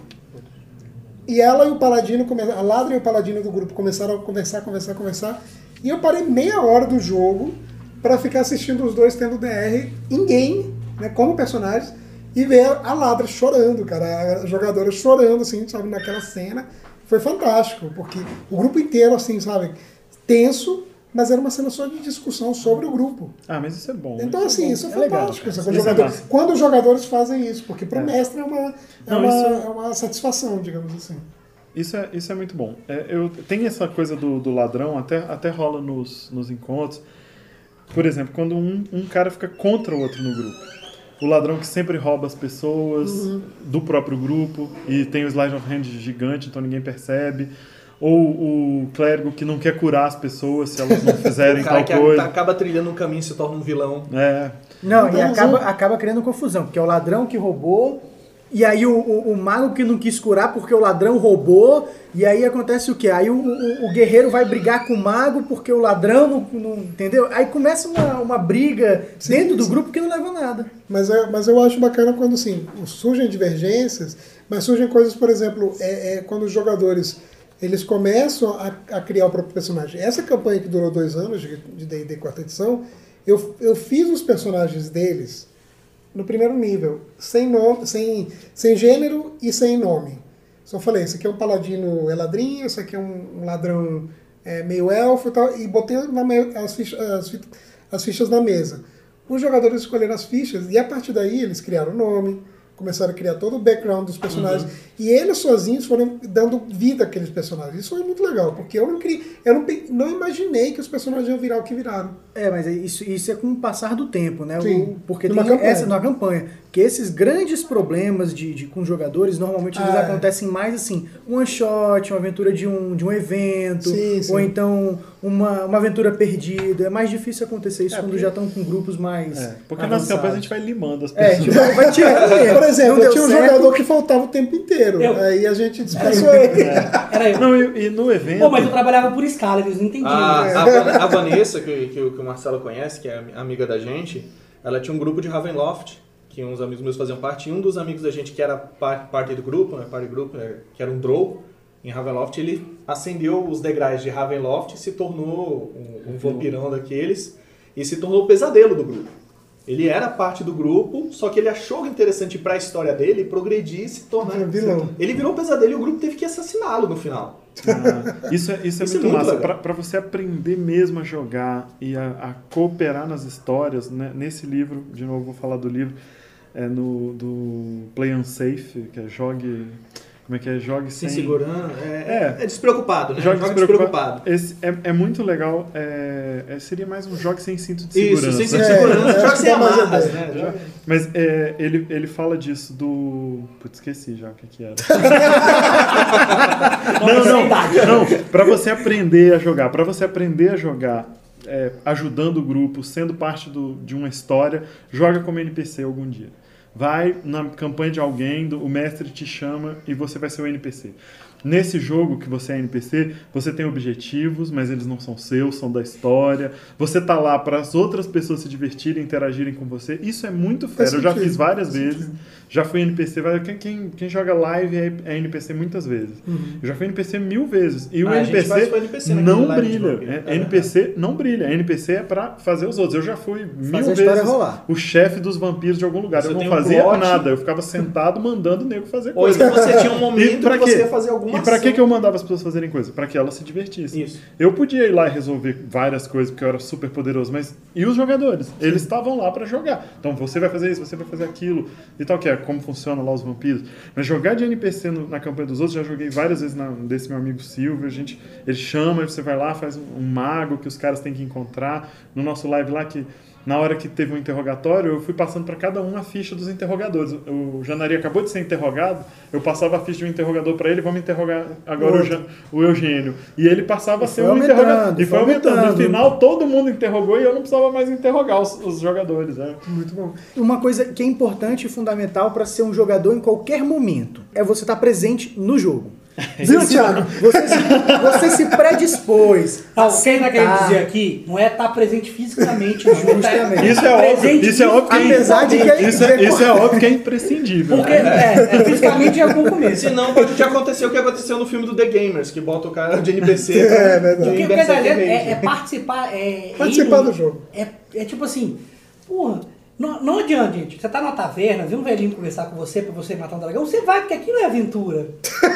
B: e ela e o paladino, come- a ladra e o paladino do grupo começaram a conversar, conversar, conversar, e eu parei meia hora do jogo para ficar assistindo os dois tendo D R em game, né, como personagens, e ver a ladra chorando, cara, a jogadora chorando, assim, sabe, naquela cena. Foi fantástico, porque o grupo inteiro, assim, sabe, tenso, mas era uma cena só de discussão sobre o grupo.
C: Ah, mas isso é bom.
B: Então, assim, isso é,
C: É legal,
B: fantástico.
C: cara.
B: isso é
C: Isso é
B: jogador-
C: massa.
B: quando os jogadores fazem isso, porque pro
C: É.
B: mestre é uma, é,
C: Não,
B: uma,
C: isso-
B: é uma satisfação, digamos assim.
C: Isso é, isso é muito bom. É, eu, tem essa coisa do, do ladrão, até, até rola nos, nos encontros. Por exemplo, quando um, um cara fica contra o outro no grupo. O ladrão que sempre rouba as pessoas
B: Uhum.
C: do próprio grupo e tem o slide of hand gigante, então ninguém percebe. Ou o clérigo que não quer curar as pessoas se elas não fizerem
A: O cara
C: tal
A: que
C: coisa.
A: acaba trilhando um caminho e se torna um vilão.
C: É,
D: Não, e
B: Então,
D: acaba,
B: mas-
D: acaba criando confusão, porque é o ladrão que roubou, e aí o, o, o mago que não quis curar porque o ladrão roubou, e aí acontece o quê? Aí o, o, o guerreiro vai brigar com o mago porque o ladrão não, não- entendeu? Aí começa uma, uma briga
B: Sim,
D: dentro do
B: sim.
D: grupo que não leva a nada.
B: Mas, é, mas eu acho bacana quando, assim, surgem divergências, mas surgem coisas, por exemplo, é, é quando os jogadores eles começam a, a criar o próprio personagem. Essa campanha que durou dois anos, de D e D quarta edição, eu, eu fiz os personagens deles no primeiro nível, sem, nome, sem, sem gênero e sem nome. Só falei, esse aqui é um paladino eladrinho, esse aqui é um, um ladrão é, meio elfo e tal, e botei na me- as, fichas, as, fi- as fichas na mesa. Os jogadores escolheram as fichas e a partir daí eles criaram o nome, começaram a criar todo o background dos personagens. Uhum. E eles sozinhos foram dando vida àqueles personagens. Isso foi muito legal, porque eu não queria, eu não, não imaginei que os personagens iam virar o que viraram.
D: É, mas isso, isso é com o passar do tempo, né?
B: Sim,
D: o, porque
B: numa
D: tem
B: campanha.
D: essa na campanha. Que esses grandes problemas de, de, com jogadores, normalmente eles
B: ah,
D: acontecem mais assim, um one shot, uma aventura de um, de um evento,
B: sim, sim.
D: ou então uma, uma aventura perdida. É mais difícil acontecer isso é, quando porque... já estão com grupos mais
C: é, porque
D: avançados.
C: nas campanhas a gente vai limando as
D: É,
C: pessoas.
D: tipo, vai tirando.
B: Por exemplo, eu tinha um
D: certo.
B: jogador que faltava o tempo inteiro. Eu... Aí a gente dispensou ele.
C: É.
F: Era eu.
C: Não, e, e no evento...
F: Pô, mas eu trabalhava por escala, eles não entendiam.
A: A,
F: né?
A: a, a Vanessa, que, que, que o Marcelo conhece, que é amiga da gente, ela tinha um grupo de Ravenloft, que uns amigos meus faziam parte, e um dos amigos da gente que era parte do grupo, né, party group, que era um Drow, em Ravenloft, ele ascendeu os degraus de Ravenloft e se tornou um, um vampirão daqueles, e se tornou o pesadelo do grupo. Ele era parte do grupo, só que ele achou interessante para a história dele progredir e se tornar
B: vilão.
A: Ele virou o pesadelo e o grupo teve que assassiná-lo no final.
C: Ah, isso é, isso é
A: isso
C: muito,
A: é muito
C: massa. Para você aprender mesmo a jogar e a, a cooperar nas histórias, né? Nesse livro, de novo vou falar do livro, é no, do Play Unsafe, que é jogue... Como é que é? Jogue sem...
A: Sem segurança. É,
C: é.
A: é despreocupado, né?
C: Jogue,
A: jogue
C: despreocupado.
A: despreocupado.
C: Esse é, é muito legal. É, é, seria mais um jogue sem cinto de
A: Isso,
C: segurança.
A: sem cinto de segurança.
B: É,
A: jogue sem
B: é mais
A: amarras,
B: ideia.
A: né?
C: Mas é, ele, ele fala disso do... Putz, esqueci já o que, que era. não, não, não. Pra você aprender a jogar. Pra você aprender a jogar... É, ajudando o grupo, sendo parte do, de uma história, joga como N P C algum dia. Vai na campanha de alguém, o mestre te chama e você vai ser o N P C. Nesse jogo que você é N P C, você tem objetivos, mas eles não são seus, são da história. Você tá lá para as outras pessoas se divertirem, interagirem com você. Isso é muito fera. Eu já fiz várias vezes. Já fui N P C. Quem, quem, quem joga live é, é N P C muitas vezes. Uhum. Eu já fui N P C mil vezes. E o
A: ah,
C: N P C,
A: N P C
C: não brilha. É, N P C não brilha. N P C é para fazer os outros. Eu já fui mil
D: Fazer
C: vezes
D: rolar.
C: o chefe dos vampiros de algum lugar.
A: Você
C: eu não
A: um
C: fazia
A: plot.
C: nada. Eu ficava sentado mandando o nego fazer
A: Ou
C: coisa.
A: então você tinha um momento
C: pra
A: que
C: quê?
A: você ia fazer alguma
C: E pra
A: ação.
C: que que eu mandava as pessoas fazerem coisa? Pra que elas se divertissem.
A: Isso.
C: Eu podia ir lá e resolver várias coisas, porque eu era super poderoso, mas e os jogadores? Eles estavam lá pra jogar. Então você vai fazer isso, você vai fazer aquilo e tal, que é como funciona lá os vampiros. Mas jogar de N P C no, na campanha dos outros, já joguei várias vezes na, desse meu amigo Silvio, a gente, ele chama, você vai lá, faz um, um mago que os caras têm que encontrar. No nosso live lá, que na hora que teve um interrogatório, eu fui passando para cada um a ficha dos interrogadores. O Janari acabou de ser interrogado, eu passava a ficha de um interrogador para ele, vamos interrogar agora o, Jan, o Eugênio. E ele passava a ser um interrogador. E foi aumentando. aumentando. No final, todo mundo interrogou e eu não precisava mais interrogar os, os jogadores. Né?
D: Muito bom. Uma coisa que é importante e fundamental para ser um jogador em qualquer momento é você estar presente no jogo.
B: Viu, Thiago?
D: Você se, você se predispôs.
F: Não, o que ele tá querendo dizer aqui não é estar presente fisicamente no jogo.
D: Justamente.
C: Isso é óbvio. Isso é óbvio que é,
D: apesar de que é,
C: isso, é, isso é óbvio que é imprescindível.
F: Porque é, é, fisicamente é algum começo.
A: Senão pode te acontecer o que aconteceu no filme do The Gamers, que bota o cara de N P C.
B: É verdade.
F: O que eu quero dizer é, é participar. É,
B: Participar
F: ir,
B: do jogo.
F: É, é tipo assim, porra. Não, não adianta, gente. Você tá numa taverna, vê um velhinho conversar com você pra você matar um dragão, você vai, porque aquilo é aventura.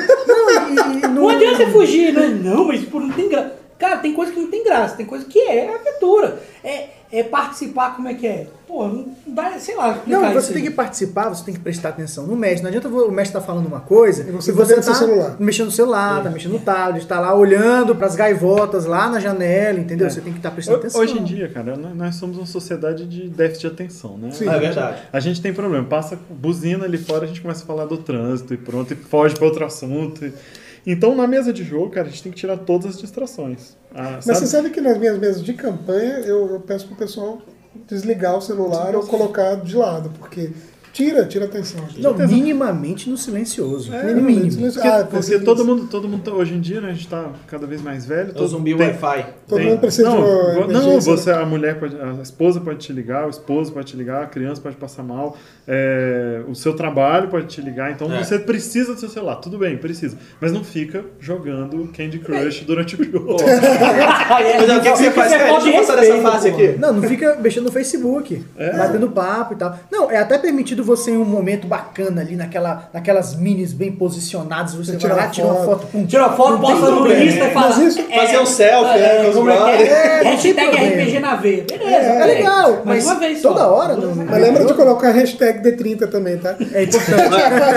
F: Não, e, e, não, não adianta você fugir, né? Não, mas pô, não tem graça. Cara, tem coisa que não tem graça, tem coisa que é aventura. É, é participar, como é que é? Pô, não dá, sei lá.
D: Não, você tem que participar, você tem que prestar atenção no mestre. Não adianta o mestre estar falando uma coisa
B: e você,
D: e você
B: tá
D: tá
B: celular.
D: mexendo no celular,
C: é.
D: tá mexendo no tablet, tá lá olhando pras gaivotas lá na janela, entendeu?
C: É.
D: Você tem que estar prestando atenção.
C: Hoje em dia, cara, nós somos uma sociedade de déficit de atenção, né?
B: Sim,
A: é verdade.
C: A gente tem problema, passa buzina ali fora, a gente começa a falar do trânsito e pronto, e foge para outro assunto. E... Então, na mesa de jogo, cara, a gente tem que tirar todas as distrações. Ah,
B: Mas
C: sabe?
B: você sabe que nas minhas mesas de campanha, eu, eu peço pro pessoal desligar o celular ou colocar de lado, porque tira, tira a atenção.
D: Não, minimamente no silencioso.
C: É,
B: minimamente silencioso.
C: Porque,
B: Ah,
C: porque todo mundo, todo mundo tá, hoje em dia, né, a gente tá cada vez mais velho.
A: É o
C: todo,
A: zumbi
C: tem,
A: Wi-Fi.
B: Todo
C: tem-
B: mundo precisa
C: não,
B: de uma
C: vo- Não,
B: emergência,
C: você, a mulher pode, a esposa pode te ligar, o esposo pode te ligar, a criança pode passar mal, é, o seu trabalho pode te ligar, então
A: É.
C: você precisa do seu celular, tudo bem, precisa, mas não fica jogando Candy Crush durante o jogo.
A: Mas é, o que, que você faz? Cara, deixa eu passar dessa fase aqui.
D: Não, não fica mexendo no Facebook,
C: É.
D: batendo papo e tal. Não, é até permitido divertido você em um momento bacana ali, naquela, naquelas minis bem posicionadas, você,
B: Você
D: vai lá,
B: tira
D: tira uma
B: foto.
D: foto com
F: Tira uma foto,
D: não tem
F: posta no
D: problema.
F: Insta e fala.
B: Mas isso-
A: Fazer um selfie, né, com os
F: como é que
A: brothers.
F: é?
D: É, não tem
F: Hashtag
D: problema.
F: R P G na veia. Beleza,
D: É, é legal,
F: mas
D: mas
F: uma vez só.
D: toda hora não.
B: Mas lembra de colocar a hashtag D trinta também, tá?
D: É importante.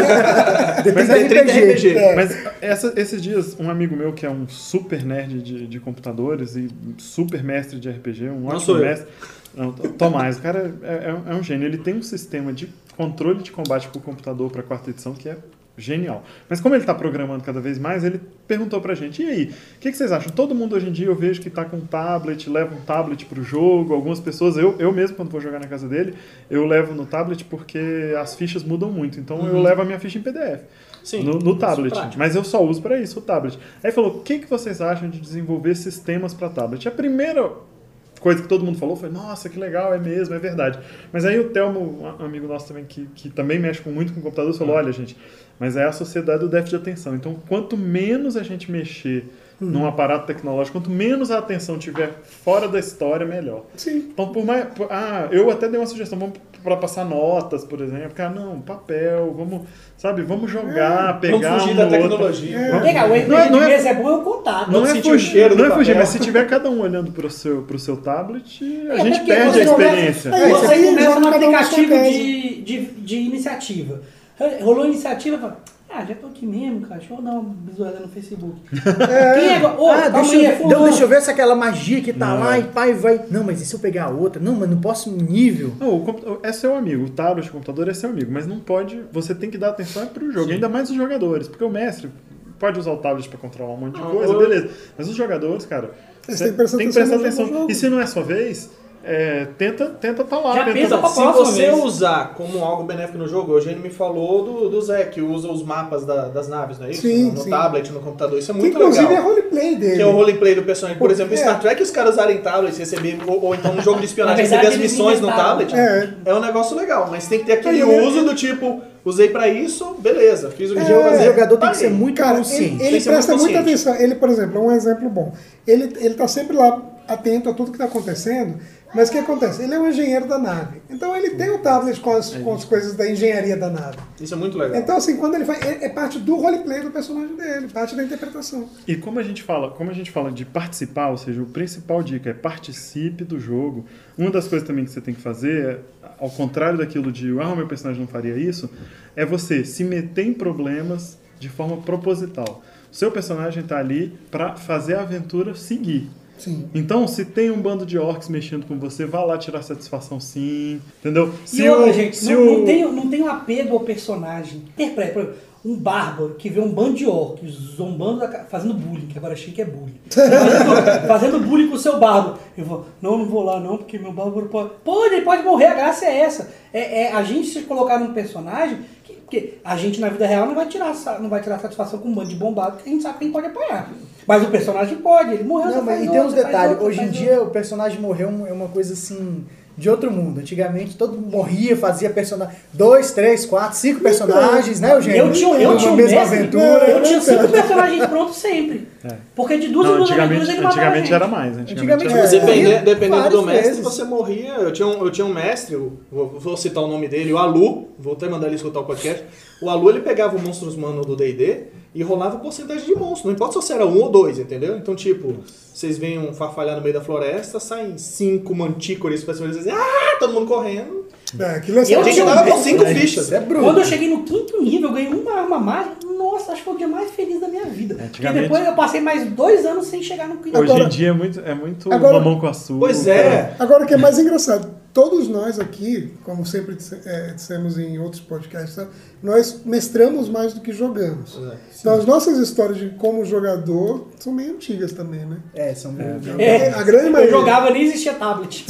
A: Mas
D: Depende
A: é trinta R P G.
B: É.
C: Mas essa- esses dias, um amigo meu que é um super nerd de, de computadores e super mestre de R P G, um ótimo
A: sou eu.
C: mestre. Não, Tomás, o cara é, é um- é um gênio. Ele tem um sistema de controle de combate por computador para quarta edição que é genial. Mas como ele está programando cada vez mais, ele perguntou pra gente, e aí, o que, que vocês acham? Todo mundo hoje em dia eu vejo que tá com um tablet, leva um tablet pro jogo, algumas pessoas, eu, eu mesmo quando vou jogar na casa dele, eu levo no tablet porque as fichas mudam muito, então eu levo a minha ficha em P D F.
A: Sim,
C: no, no
A: isso
C: tablet,
A: é prático.
C: mas eu só uso para isso o tablet. Aí falou, o que, que vocês acham de desenvolver sistemas para tablet? A primeira coisa que todo mundo falou foi, nossa, que legal, é mesmo, é verdade. Mas aí o Telmo, um amigo nosso também, que, que também mexe com, muito com computador, falou, olha, gente, mas é a sociedade do déficit de atenção. Então, quanto menos a gente mexer
B: Hum.
C: num aparato tecnológico, quanto menos a atenção tiver fora da história, melhor.
B: Sim.
C: Então, por mais... por- ah, eu até dei uma sugestão, vamos para passar notas, por exemplo. Cara, não, papel, vamos, sabe, vamos jogar, pegar
A: Vamos fugir
C: um
A: da
C: no outro.
A: tecnologia.
B: É.
C: Vamos-
F: Legal, o R P G
C: Não é- não
F: de
C: é-
F: mesa é bom é o contato.
C: Não
A: Não
C: é
A: sentir o
C: fugir,
A: cheiro
C: não
A: do
C: é fugir,
A: papel.
C: mas se tiver cada um olhando pro seu, pro seu tablet, a
F: É,
C: gente
F: porque
C: perde
F: você
C: a
F: começa-
C: experiência.
B: É,
F: Você
B: aí
F: começa
B: joga
F: no
B: cada um na sua
F: aplicativo
B: casa.
F: de, de, de iniciativa. Rolou a iniciativa, fala, ah, já tô aqui mesmo, cara, deixa eu dar uma bisoada no Facebook. Quem é agora? Ô,
D: Ah,
F: calma
D: deixa,
F: aí,
D: eu,
F: é
D: então,
F: fulano.
D: deixa eu ver se aquela magia que tá
C: Não.
D: lá e pai vai. Não, mas e se eu pegar a outra? Não, mas não posso um nível.
C: Não, o compu- é seu amigo, o tablet, o computador é seu amigo, mas não pode, você tem que dar atenção é pro jogo, ainda mais os jogadores, porque o mestre pode usar o tablet pra controlar um monte de
A: Ah,
C: coisa,
A: eu-
C: beleza, mas os jogadores, cara,
B: Eles
C: você
B: têm que prestar
C: tem que
B: atenção
C: prestar
B: no jogo,
C: atenção,
B: no jogo.
C: e se não é sua vez, é, tenta tenta tá lá,
F: Já
C: tenta
F: pensa pra
A: Se
F: próxima
A: você
F: vez.
A: usar como algo benéfico no jogo, o Eugênio me falou do, do Zé, que usa os mapas da- das naves, não é isso?
B: Sim,
A: no
B: sim.
A: tablet, no computador. Isso é
B: Que
A: muito
B: inclusive
A: legal.
B: é roleplay dele.
A: Que é o roleplay do personagem. Por
B: Porque
A: exemplo, em
B: é.
A: Star Trek, os caras usarem tablets, receber, ou, ou então um jogo de espionagem,
F: Na verdade,
A: receber as
F: eles
A: missões no
F: inventaram.
A: tablet,
B: É.
A: é um negócio legal. Mas tem que ter aquele
B: Aí ele-
A: uso do tipo, usei pra isso, beleza, fiz o que
B: É.
A: tinha que
D: O
A: fazer.
D: jogador tem
A: Tá
D: que ser
A: aí.
D: muito
B: Cara,
D: consciente.
B: ele,
A: Tem
B: ele
A: que ser muito
B: presta muita
A: consciente.
B: atenção. Ele, por exemplo, é um exemplo bom. Ele, ele tá sempre lá atento a tudo que está acontecendo, mas o que acontece? Ele é um engenheiro da nave. Então ele tem o tablet com as, com as coisas da engenharia da nave.
A: Isso é muito legal.
B: Então, assim, quando ele faz. É, é parte do roleplay do personagem dele, parte da interpretação.
C: E como a gente fala, como a gente fala de participar, ou seja, o principal dica é participe do jogo. Uma das coisas também que você tem que fazer, é, ao contrário daquilo de ah, o meu personagem não faria isso, é você se meter em problemas de forma proposital. O seu personagem está ali para fazer a aventura seguir.
B: Sim.
C: Então, se tem um bando de orcs mexendo com você, vá lá tirar satisfação sim, entendeu? Se
F: E outra,
C: o-
F: gente,
C: se
F: não,
C: o-
F: não, tem, não tem um apego ao personagem. Interpreta, por exemplo, um bárbaro que vê um bando de orcs zombando, da ca- fazendo bullying, que agora achei que é bullying. Fazendo, fazendo bullying com o seu bárbaro. Eu vou, não, não vou lá não, porque meu bárbaro pode... Pode, ele pode morrer, a graça é essa. É, é a gente se colocar num personagem, que, porque a gente na vida real não vai, tirar, sa- não vai tirar satisfação com um bando de bombado, porque a gente sabe que ele pode apanhar. Mas o personagem pode, ele morreu,
D: Não,
F: você
D: mas
F: faz
D: e tem
F: outro,
D: uns
F: você faz
D: detalhes.
F: outro,
D: Hoje em
F: faz
D: dia o personagem morreu um- é uma coisa assim de outro mundo. Antigamente todo mundo morria, fazia personagem. Dois, três, quatro, cinco personagens, né, Eugênio?
F: Eu tinha, eu
D: Numa
F: tinha um
D: mesma
F: mestre,
D: aventura.
F: eu tinha cinco personagens prontos sempre. Porque de duas
C: Não,
F: em duas aventuras
C: antigamente,
F: ele matava a
C: antigamente
F: gente.
C: era mais. Antigamente,
D: Antigamente
C: era
D: era-
C: mais.
A: Depende-
D: É,
A: dependendo do
D: várias
A: mestre,
D: vezes.
A: você morria. Eu tinha, um, eu tinha um mestre, eu vou, vou citar o nome dele, o Alu, vou até mandar ele escutar o podcast. O Alu, ele pegava o Monstros Mano do D e D e rolava porcentagem de monstro. Não importa se você era um ou dois, entendeu? Então, tipo, vocês veem um farfalhar no meio da floresta, saem cinco mantícores pra cima deles, ah, todo mundo correndo.
B: É, aquilo é
F: Eu
A: A gente
F: tinha um
A: tava com
F: mestre,
A: cinco
F: né?
A: fichas.
D: Isso é bruto.
F: Quando eu cheguei no quinto nível, eu ganhei uma arma mágica. Nossa, acho que foi o dia mais feliz da minha vida. Porque
C: Antigamente-
F: depois eu passei mais dois anos sem chegar no quinto.
C: Hoje
B: Agora-
C: em dia é muito, é muito
B: Agora-
C: mamão com açúcar.
A: Pois é.
B: Agora, o que é mais engraçado, todos nós aqui, como sempre disse- é, dissemos em outros podcasts, tá? Nós mestramos mais do que jogamos.
A: É,
B: Então, as nossas histórias de como jogador são meio antigas também, né?
D: É, são meio...
F: É,
B: A grande
F: eu
B: maioria.
F: jogava nem existia tablet.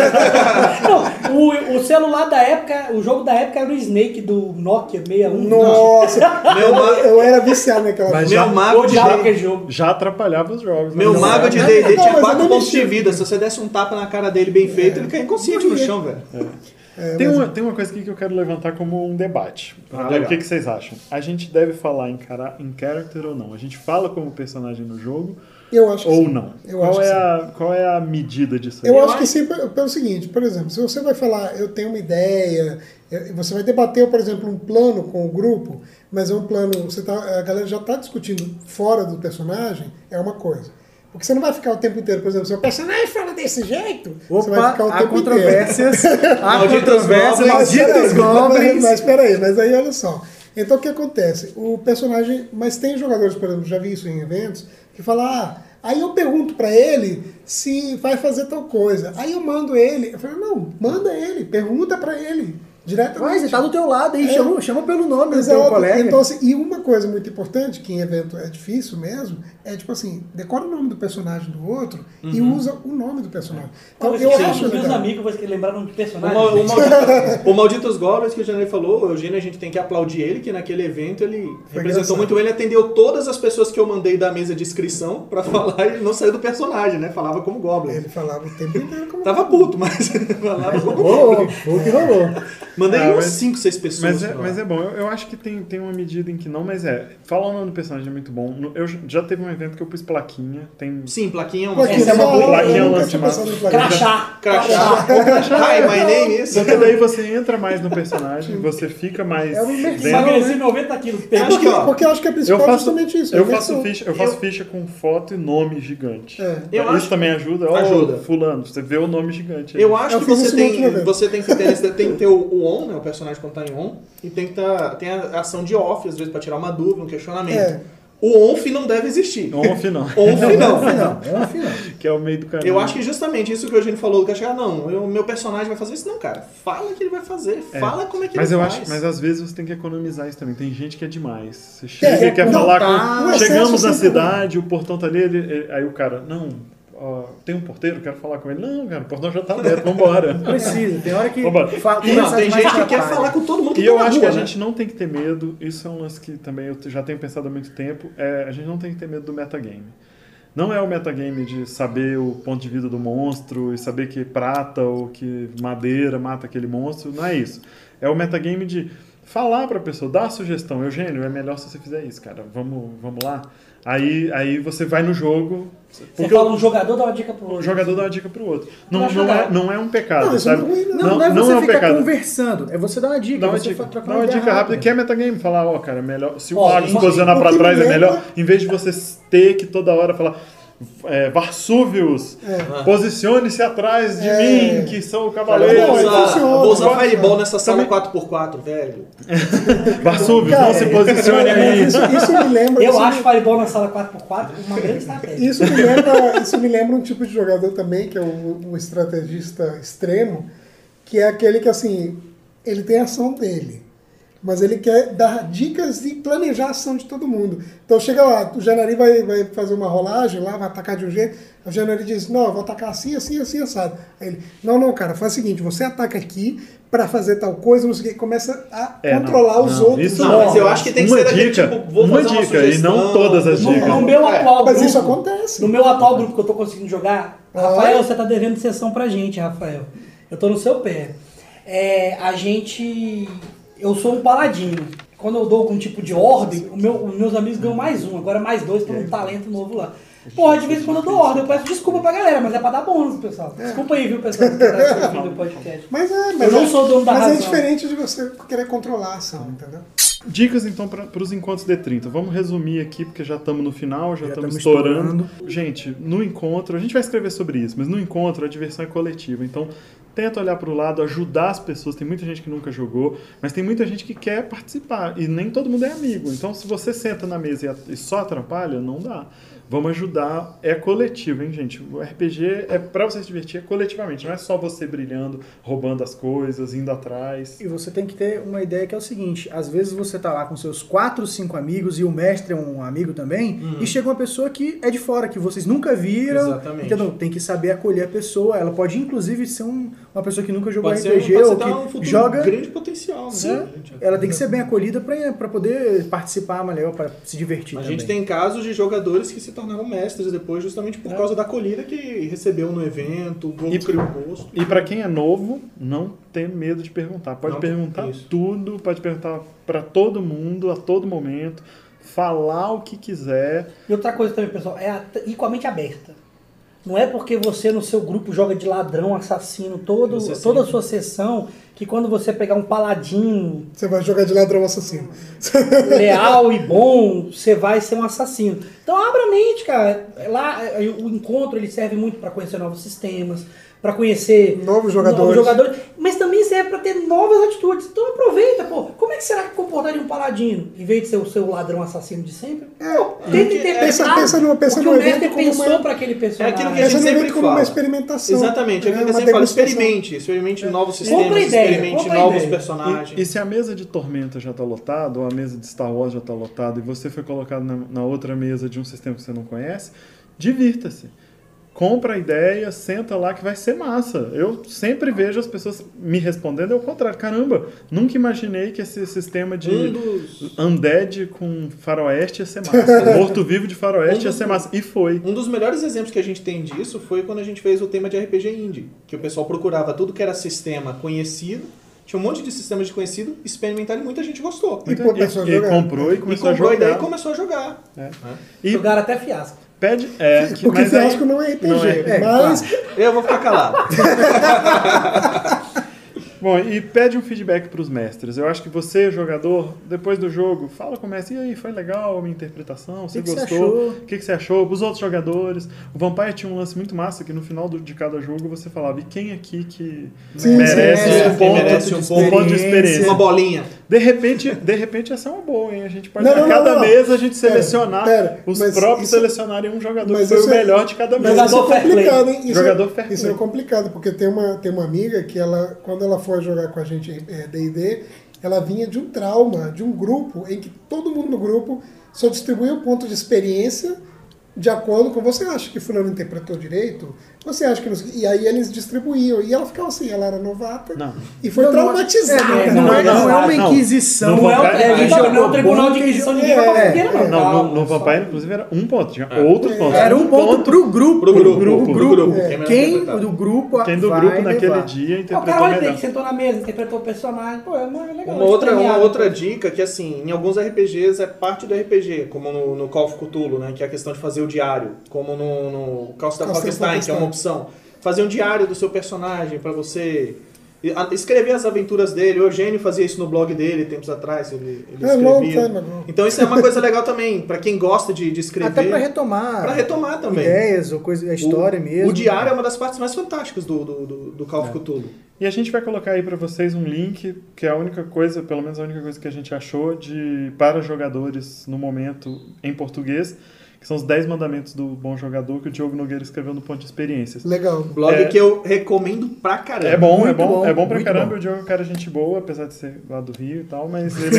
F: Não, o, o celular da época, o jogo da época era o Snake do Nokia sessenta e um.
B: Nossa,
A: Meu
B: eu,
A: ma-
B: eu era viciado naquela
C: Mas
B: época.
C: já-
A: Meu
F: Eu
A: mago de
F: odiava
A: D-
F: aquele jogo.
C: Já atrapalhava os jogos.
A: Meu
C: né?
A: mago de
B: Não,
A: D e D
B: não,
A: tinha
B: mas
A: quatro
B: eu não
A: pontos de
B: mexia.
A: vida. Se você desse um tapa na cara dele bem feito, ele caía inconsciente no chão, velho.
B: É,
C: Tem
B: mas-
C: uma, tem uma coisa aqui que eu quero levantar como um debate.
A: Ah,
C: o
A: legal.
C: que, que vocês acham? A gente deve falar em, cara, em character ou não? A gente fala como personagem no jogo
B: Eu acho que
C: Ou
B: sim.
C: não?
B: Eu
C: qual,
B: acho
C: é
B: que
C: a, qual é a medida disso aí?
B: Eu acho que sim, pelo seguinte, por exemplo, se você vai falar, eu tenho uma ideia, eu- você vai debater, por exemplo, um plano com o grupo, mas é um plano, você tá, a galera já está discutindo fora do personagem, é uma coisa. Porque você não vai ficar o tempo inteiro, por exemplo, se o personagem fala desse jeito, você vai
D: Opa,
B: ficar o
D: há
B: tempo
D: controvérsias. Há
A: Malditos
D: controvérsias,
A: goblins.
D: malditos
B: Mas,
D: goblins.
B: mas peraí, mas aí olha só. Então o que acontece? O personagem. Mas tem jogadores, por exemplo, já vi isso em eventos, que falam, ah, aí eu pergunto pra ele se vai fazer tal coisa. Aí eu mando ele. Eu falo, não, manda ele, pergunta pra ele. Diretamente.
D: Mas ele tá do teu lado aí,
B: É.
D: chama, chama pelo nome do
B: Exato.
D: teu colega.
B: Então, assim, e uma coisa muito importante, que em evento é difícil mesmo, é tipo assim, decora o nome do personagem do outro e usa o nome do personagem. Então,
F: Talvez
B: eu
F: eu
B: acho
F: os meus
B: legal.
F: amigos vão lembrar nome de
A: O,
F: personagem.
A: mal, o, maldito, o Malditos Goblins que o Janei falou, o Eugênio, a gente tem que aplaudir ele, que naquele evento ele representou
B: engraçado.
A: muito bem, ele atendeu todas as pessoas que eu mandei da mesa de inscrição pra falar e não saiu do personagem, né? Falava como Goblin.
B: Ele falava o tempo inteiro como
A: Tava puto, mas falava como
D: Rolou,
A: Goblin.
D: foi o que rolou.
A: Mandei
C: Ah,
A: uns
C: mas-
A: cinco, seis pessoas.
C: Mas é,
A: pra lá.
C: mas é bom, eu, eu acho que tem, tem uma medida em que não, mas é. Falar o nome do personagem é muito bom. No- Eu já teve um evento que eu pus plaquinha, tem.
A: Sim, plaquinha é uma
B: Plaquinha,
F: Essa é uma
B: só-
F: boa-
C: plaquinha
B: eu nunca
C: lance
B: tinha
C: massa.
B: pensado em plaquinha.
F: Crachá.
A: crachá. Hi, my name is.
C: Porque daí você entra mais no personagem, você fica mais.
D: É uma imersão,
C: dentro.
F: Emagreci noventa quilos.
A: Eu acho que, ó,
B: Porque eu acho que a
C: Eu
B: principal é
C: faço,
B: justamente isso.
C: eu
B: a
C: faço
B: imersão.
C: ficha, eu faço
A: Eu-
C: ficha com foto e nome gigante.
B: É.
A: Eu
C: Isso
A: acho-
C: também ajuda. Ó,
A: Ajuda.
C: fulano, você vê o nome gigante. aí.
A: Eu acho
B: Eu
A: que
B: fiz
A: você
B: isso no último
A: tem,
B: evento.
A: você tem que ter, você tem que ter o, o on, né, o personagem quando tá em on, e tem que tá, tem a ação de off, às vezes, pra tirar uma dúvida, um questionamento.
B: É.
A: O onf não deve existir.
C: On final.
A: Onf não.
D: Não, é um final.
C: Que é o meio do caminho.
A: Eu acho que justamente isso que o Eugênio falou do cachorro, ah, não, o meu personagem vai fazer isso. Não, cara, fala que ele vai fazer,
C: É.
A: fala como é que
C: Mas
A: ele
C: eu
A: faz.
C: acho, mas às vezes você tem que economizar isso também. Tem gente que é demais. Você chega
B: É,
C: e quer
B: não,
C: falar
D: tá.
C: com.
B: O
C: Chegamos
B: excesso
C: na
B: sempre-
C: cidade, o portão tá ali, ele- ele- aí o cara, não, ó, tem um porteiro, quero falar com ele. Não, cara, o portão já tá aberto, vambora.
D: Precisa, tem hora que.
C: Vambora.
D: fa-
A: E não,
D: começa
A: tem
D: mais
A: gente que quer
D: atrapalha.
A: falar com todo mundo que
C: E
A: tá
C: eu
A: na
C: acho
A: rua,
C: que a
A: né?
C: gente não tem que ter medo, isso é um lance que também eu já tenho pensado há muito tempo, é, a gente não tem que ter medo do metagame. Não é o metagame de saber o ponto de vida do monstro e saber que prata ou que madeira mata aquele monstro, não é isso. É o metagame de falar pra pessoa, dar a sugestão, Eugênio, é melhor se você fizer isso, cara, vamos, vamos lá. Aí, aí você vai no jogo,
F: Você
C: porque
F: fala
C: o,
F: um jogador, dá uma dica pro
C: o
F: outro.
C: jogador dá uma dica pro outro. Não,
F: Eu acho
C: não, é,
F: legal.
C: não é um pecado,
B: Não, isso
C: sabe?
B: não é ruim, não.
D: Não, não é você
C: um
D: ficar
C: pecado.
D: conversando, é você dar uma dica.
C: Dá uma
D: você
C: dica,
D: trocar
C: dá uma
D: ideia
C: dica rápida, que é metagame, falar, ó, cara, é melhor. Se o
F: Ó,
C: mago se
F: uma-
C: posicionar
B: o
C: pra
B: que me
C: trás, é
B: lembra-
C: melhor, em vez de você ter que toda hora falar. É, Varsúvios,
B: É.
C: posicione-se atrás de
B: É.
C: mim, que sou o
A: Cara,
C: cavaleiro.
A: eu vou
B: Não,
A: usar,
B: funciona,
A: vou usar
B: funciona.
A: Fireball nessa sala
C: Também-
A: quatro por quatro, velho.
C: Varsúvios,
B: Cara,
C: não se posicione aí.
B: Isso, isso me lembra.
F: Eu
B: isso
F: acho
B: me-
F: Fireball na sala quatro por quatro uma grande estratégia.
B: Isso me, lembra, isso me lembra um tipo de jogador também, que é o, o estrategista extremo, que é aquele que, assim, ele tem a ação dele, mas ele quer dar dicas e planejar a ação de todo mundo. Então chega lá, o Janari vai, vai fazer uma rolagem lá, vai atacar de um jeito, o Janari diz, não, eu vou atacar assim, assim, assim, assado. Aí ele, não, não, cara, faz o seguinte, você ataca aqui pra fazer tal coisa, não sei o que, começa a
C: É, não,
B: controlar os
C: não,
B: outros.
C: isso
A: Não, mas eu acho que tem que
C: Uma
A: ser daquele
C: dica,
A: tipo, vou
C: uma
A: fazer uma
C: dica, e
A: sugestão.
C: não todas as
F: No,
C: dicas.
F: no meu
A: É,
F: atual
B: mas
F: grupo,
B: isso acontece.
F: No meu atual grupo que eu tô conseguindo jogar,
B: Ah.
F: Rafael, você tá devendo sessão pra gente, Rafael. Eu tô no seu pé. É, a gente. Eu sou um paladino. Quando eu dou algum tipo de ordem, o meu- os meus amigos ganham mais um, agora mais dois por um talento novo lá. Porra, de vez em quando eu dou ordem, eu peço desculpa pra galera, mas é pra dar bônus, pessoal. Desculpa aí, viu, pessoal, que tá ouvindo o podcast.
B: Mas é, mas
F: Eu não
B: é,
F: sou dono da
B: mas
F: razão.
B: é diferente de você querer controlar a ação, entendeu?
C: Dicas então para os encontros D trinta. Vamos resumir aqui, porque já estamos no final, já,
D: Já
C: estamos
D: estamos
C: estourando.
D: estourando.
C: Gente, no encontro, a gente vai escrever sobre isso, mas no encontro a diversão é coletiva. Então, tenta olhar para o lado, ajudar as pessoas. Tem muita gente que nunca jogou, mas tem muita gente que quer participar. E nem todo mundo é amigo. Então, se você senta na mesa e a- e só atrapalha, não dá. Vamos ajudar. É coletivo, hein, gente? O R P G é para você se divertir é coletivamente. Não é só você brilhando, roubando as coisas, indo atrás.
D: E você tem que ter uma ideia que é o seguinte, às vezes você tá lá com seus quatro, cinco amigos e o mestre é um amigo também, e chega uma pessoa que é de fora, que vocês nunca viram,
A: Exatamente.
D: entendeu? Tem que saber acolher a pessoa, ela pode inclusive ser um- uma pessoa que nunca jogou
A: Pode ser,
D: R P G
A: pode
D: ou
A: ser dar um
D: que
A: futuro
D: joga...
A: grande potencial, né?
D: Sim, ela tem que ser bem acolhida pra, pra poder participar melhor, pra se divertir
A: A
D: também.
A: gente tem casos de jogadores que se tornaram mestres depois, justamente por causa da acolhida que recebeu no evento, o grupo
C: E-
A: criou gosto.
C: E para quem é novo, não ter medo de perguntar. Pode
A: Não,
C: perguntar
A: isso.
C: tudo, pode perguntar para todo mundo, a todo momento. falar o que quiser.
F: E outra coisa também, pessoal, é a, ir com a mente aberta. Não é porque você no seu grupo joga de ladrão, assassino, todo, toda a sua sessão, que quando você pegar um paladino...
B: Você vai jogar de ladrão assassino.
F: leal e bom, você vai ser um assassino. Então abra a mente, cara. Lá o encontro ele serve muito para conhecer novos sistemas, para conhecer
B: novos jogadores.
F: novos jogadores, mas também serve para ter novas atitudes. Então aproveita, pô. Como é que será que comportaria um paladino, em vez de ser o seu ladrão assassino de sempre?
B: É,
F: Pô, tenta interpretar
B: pensa, pensa numa, pensa
F: o que
B: no
F: o mestre
B: evento como
F: pensou
B: uma...
F: para aquele personagem.
A: É aquilo que a gente
B: Pensa no
A: sempre
B: evento como
A: fala.
B: uma experimentação.
A: Exatamente, é aquilo que
B: uma
A: eu sempre falo.
B: degustação.
A: Experimente, experimente novos
F: Compra
A: sistemas,
F: ideia,
A: experimente
F: compra
A: novos
F: ideia.
A: personagens.
C: E, e se a mesa de Tormenta já tá lotada, ou a mesa de Star Wars já tá lotada, e você foi colocado na, na outra mesa de um sistema que você não conhece, divirta-se. Compra a ideia, senta lá que vai ser massa. Eu sempre vejo as pessoas me respondendo, é o contrário. Caramba, nunca imaginei que esse sistema de
A: Um dos-
C: undead com faroeste ia ser massa. Morto-vivo de faroeste
A: Um
C: ia
A: dos-
C: ser massa. E foi.
A: Um dos melhores exemplos que a gente tem disso foi quando a gente fez o tema de R P G Indie, que o pessoal procurava tudo que era sistema conhecido, tinha um monte de sistemas de conhecido, experimentado e muita gente gostou.
B: E pô, começou a
C: E, e
B: jogar.
C: comprou e
A: E
C: começou a
A: comprou a
C: jogar.
A: ideia e começou a jogar.
C: É.
A: Né?
C: E
F: Jogaram até fiasco.
C: pede... É, que,
B: Porque
C: mas aí-
B: fiasco não é R P G.
C: não é.
F: É,
B: mas
A: Eu vou ficar calado.
C: Bom, e pede um feedback para os mestres. Eu acho que você, jogador, depois do jogo, fala com o mestre, e aí, foi legal a minha interpretação? Você
D: Que que você
C: gostou?
D: achou?
C: O que, que você achou? Os outros jogadores. O Vampire tinha um lance muito massa, que no final do- de cada jogo você falava, e quem aqui que
B: Sim,
C: merece
B: sim, é,
C: um ponto,
A: merece um
C: um
A: ponto
C: ponto de experiência?
A: Uma bolinha.
C: De repente, de repente essa é uma boa, hein? A gente pode,
B: Não,
C: a
B: não,
C: cada
B: não, não.
C: mesa, a gente
B: Pera,
C: selecionar,
B: pera,
C: os
B: mas
C: próprios
B: isso-
C: selecionarem um jogador que
B: mas
C: foi o
B: isso é-
C: melhor de cada
B: Mas
C: mesa.
B: isso é
F: fair play.
B: complicado, hein? Isso
C: Jogador
B: é,
C: fair play.
B: Isso é complicado, porque tem uma, tem uma amiga que ela, quando ela foi jogar com a gente é, D e D, ela vinha de um trauma, de um grupo em que todo mundo no grupo só distribuía o ponto de experiência de acordo com você acha que fulano interpretou direito, você acha que não... E aí eles distribuíam, e ela ficava assim, ela era novata,
C: Não.
B: e foi
D: Não, não,
B: traumatizada.
D: é,
F: não,
D: não, é, não é uma
C: não.
D: inquisição.
C: Não
F: Não é, o-
C: Vampire-
F: é,
C: Vampire-
F: não, não é o tribunal de
D: bom,
F: inquisição,
D: que-
F: ninguém vai pra
D: é,
F: fogueira, não.
C: Não,
F: Calma,
C: no, no
F: só-
C: Vampire, inclusive, era um ponto. Tinha
B: É.
C: outros pontos.
D: Era um ponto pro grupo.
A: Pro grupo,
D: Pro
A: pro
D: grupo.
A: grupo.
D: É.
A: Quem melhor
D: Quem
A: interpretar.
D: do grupo
C: Quem do
D: vai
C: grupo naquele
D: levar.
C: dia
F: Ah, o
C: interpretou
F: cara olha
C: melhor.
F: que sentou na mesa, interpretou o personagem. Pô, é uma- é legal.
A: Uma outra, uma
F: premiado.
A: outra dica que, assim, em alguns R P Gs é parte do R P G, como no, no Call of Cthulhu, né, que é a questão de fazer o diário, como no, no Castle
B: Castle
A: Falkenstein, que é uma opção. Fazer um diário do seu personagem pra você e- a- escrever as aventuras dele. O Eugênio fazia isso no blog dele tempos atrás, ele, ele
B: É, long
A: escrevia.
B: time ago.
A: Então isso é uma coisa legal também, pra quem gosta de, de escrever.
D: Até pra retomar.
A: Pra retomar também.
D: Ideias ou coisa, a história
A: o,
D: mesmo.
A: O diário é uma das partes mais fantásticas do, do, do, do Call of Cthulhu.
C: E a gente vai colocar aí pra vocês um link, que é a única coisa, pelo menos a única coisa que a gente achou de para jogadores no momento em português, que são os dez mandamentos do bom jogador que o Diogo Nogueira escreveu no Ponto de Experiências.
B: Legal.
A: Blog
C: É.
A: que eu recomendo pra caramba.
C: É bom, é
D: Muito
C: bom,
D: bom,
C: é bom pra
D: muito
C: caramba.
D: bom.
C: O Diogo é um cara gente boa, apesar de ser lá do Rio e tal, mas ele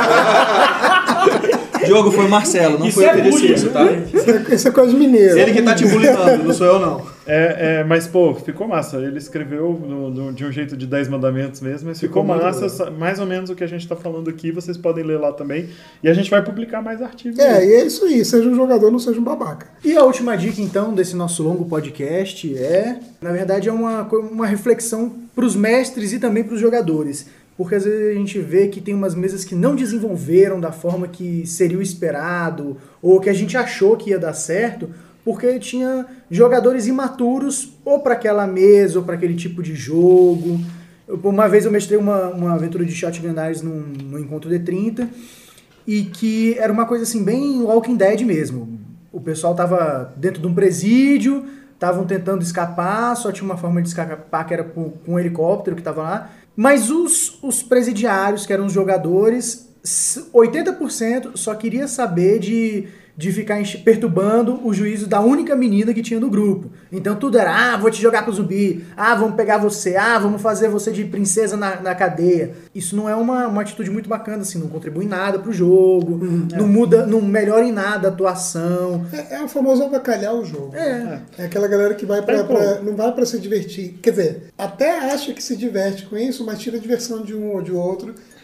A: Diogo, foi o Marcelo, não
F: Isso
A: foi eu
F: é
A: que disse
F: bullying,
A: isso, tá?
B: Isso é, isso é coisa de mineiro.
A: Ele que tá te bullyingando, não sou eu não.
C: É, é, mas, pô, ficou massa. Ele escreveu no- no- de um jeito de dez mandamentos mesmo, mas ficou,
A: Ficou muito
C: massa.
A: bom.
C: sa- Mais ou menos o que a gente tá falando aqui, vocês podem ler lá também. E a gente vai publicar mais artigos.
B: É, e é isso aí. Seja um jogador, não seja um babaca.
D: E a última dica, então, desse nosso longo podcast é, na verdade, é uma, co- uma reflexão para os mestres e também para os jogadores. Porque às vezes a gente vê que tem umas mesas que não desenvolveram da forma que seria o esperado, ou que a gente achou que ia dar certo, porque tinha jogadores imaturos ou para aquela mesa, ou para aquele tipo de jogo. Eu, uma vez eu mestrei uma, uma aventura de Shotgun Knives num, num encontro de trinta, e que era uma coisa assim, bem Walking Dead mesmo. O pessoal tava dentro de um presídio, estavam tentando escapar, só tinha uma forma de escapar que era com com um helicóptero que tava lá. Mas os, os presidiários, que eram os jogadores, s- oitenta por cento só queria saber de, de ficar enche- perturbando o juízo da única menina que tinha no grupo. Então tudo era, ah, vou te jogar pro zumbi, ah, vamos pegar você, ah, vamos fazer você de princesa na, na cadeia. Isso não é uma, uma atitude muito bacana, assim, não contribui em nada pro jogo, não muda, não melhora em nada a atuação.
B: É, é o famoso avacalhar o jogo.
D: É.
B: É aquela galera que vai pra,
C: É, pô.
B: pra- não vai pra se divertir. Quer dizer, até acha que se diverte com isso, mas tira a diversão de um ou de outro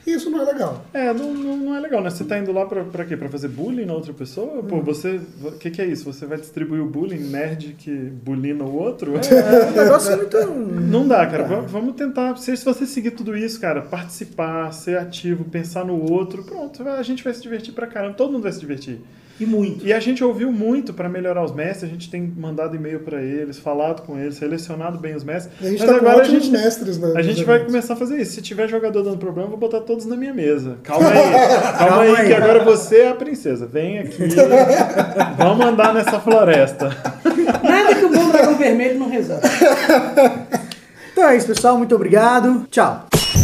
B: E isso não é legal.
C: É, não, não, não é legal, né? Você tá indo lá pra, pra quê? Pra fazer bullying na outra pessoa? Pô, você... O que que é isso? Você vai distribuir o bullying, nerd que bulina o outro?
D: É um negócio muito...
C: Não dá, cara. Vamos, vamos tentar... Se se você seguir tudo isso, cara, participar, ser ativo, pensar no outro, pronto, a gente vai se divertir pra caramba. Todo mundo vai se divertir.
F: E muito.
C: E a gente ouviu muito para melhorar os mestres, a gente tem mandado e-mail para eles, falado com eles, selecionado bem os mestres.
B: E a gente
C: Mas
B: tá com
C: agora a
B: ótimos
C: gente,
B: mestres, né?
C: a gente vai começar a fazer isso. Se tiver jogador dando problema, eu vou botar todos na minha mesa. Calma aí, calma, calma aí, aí, que agora você é a princesa. Vem aqui, vamos andar nessa floresta.
F: Nada que o bom dragão vermelho não resolve.
D: Então é isso, pessoal. Muito obrigado. Tchau.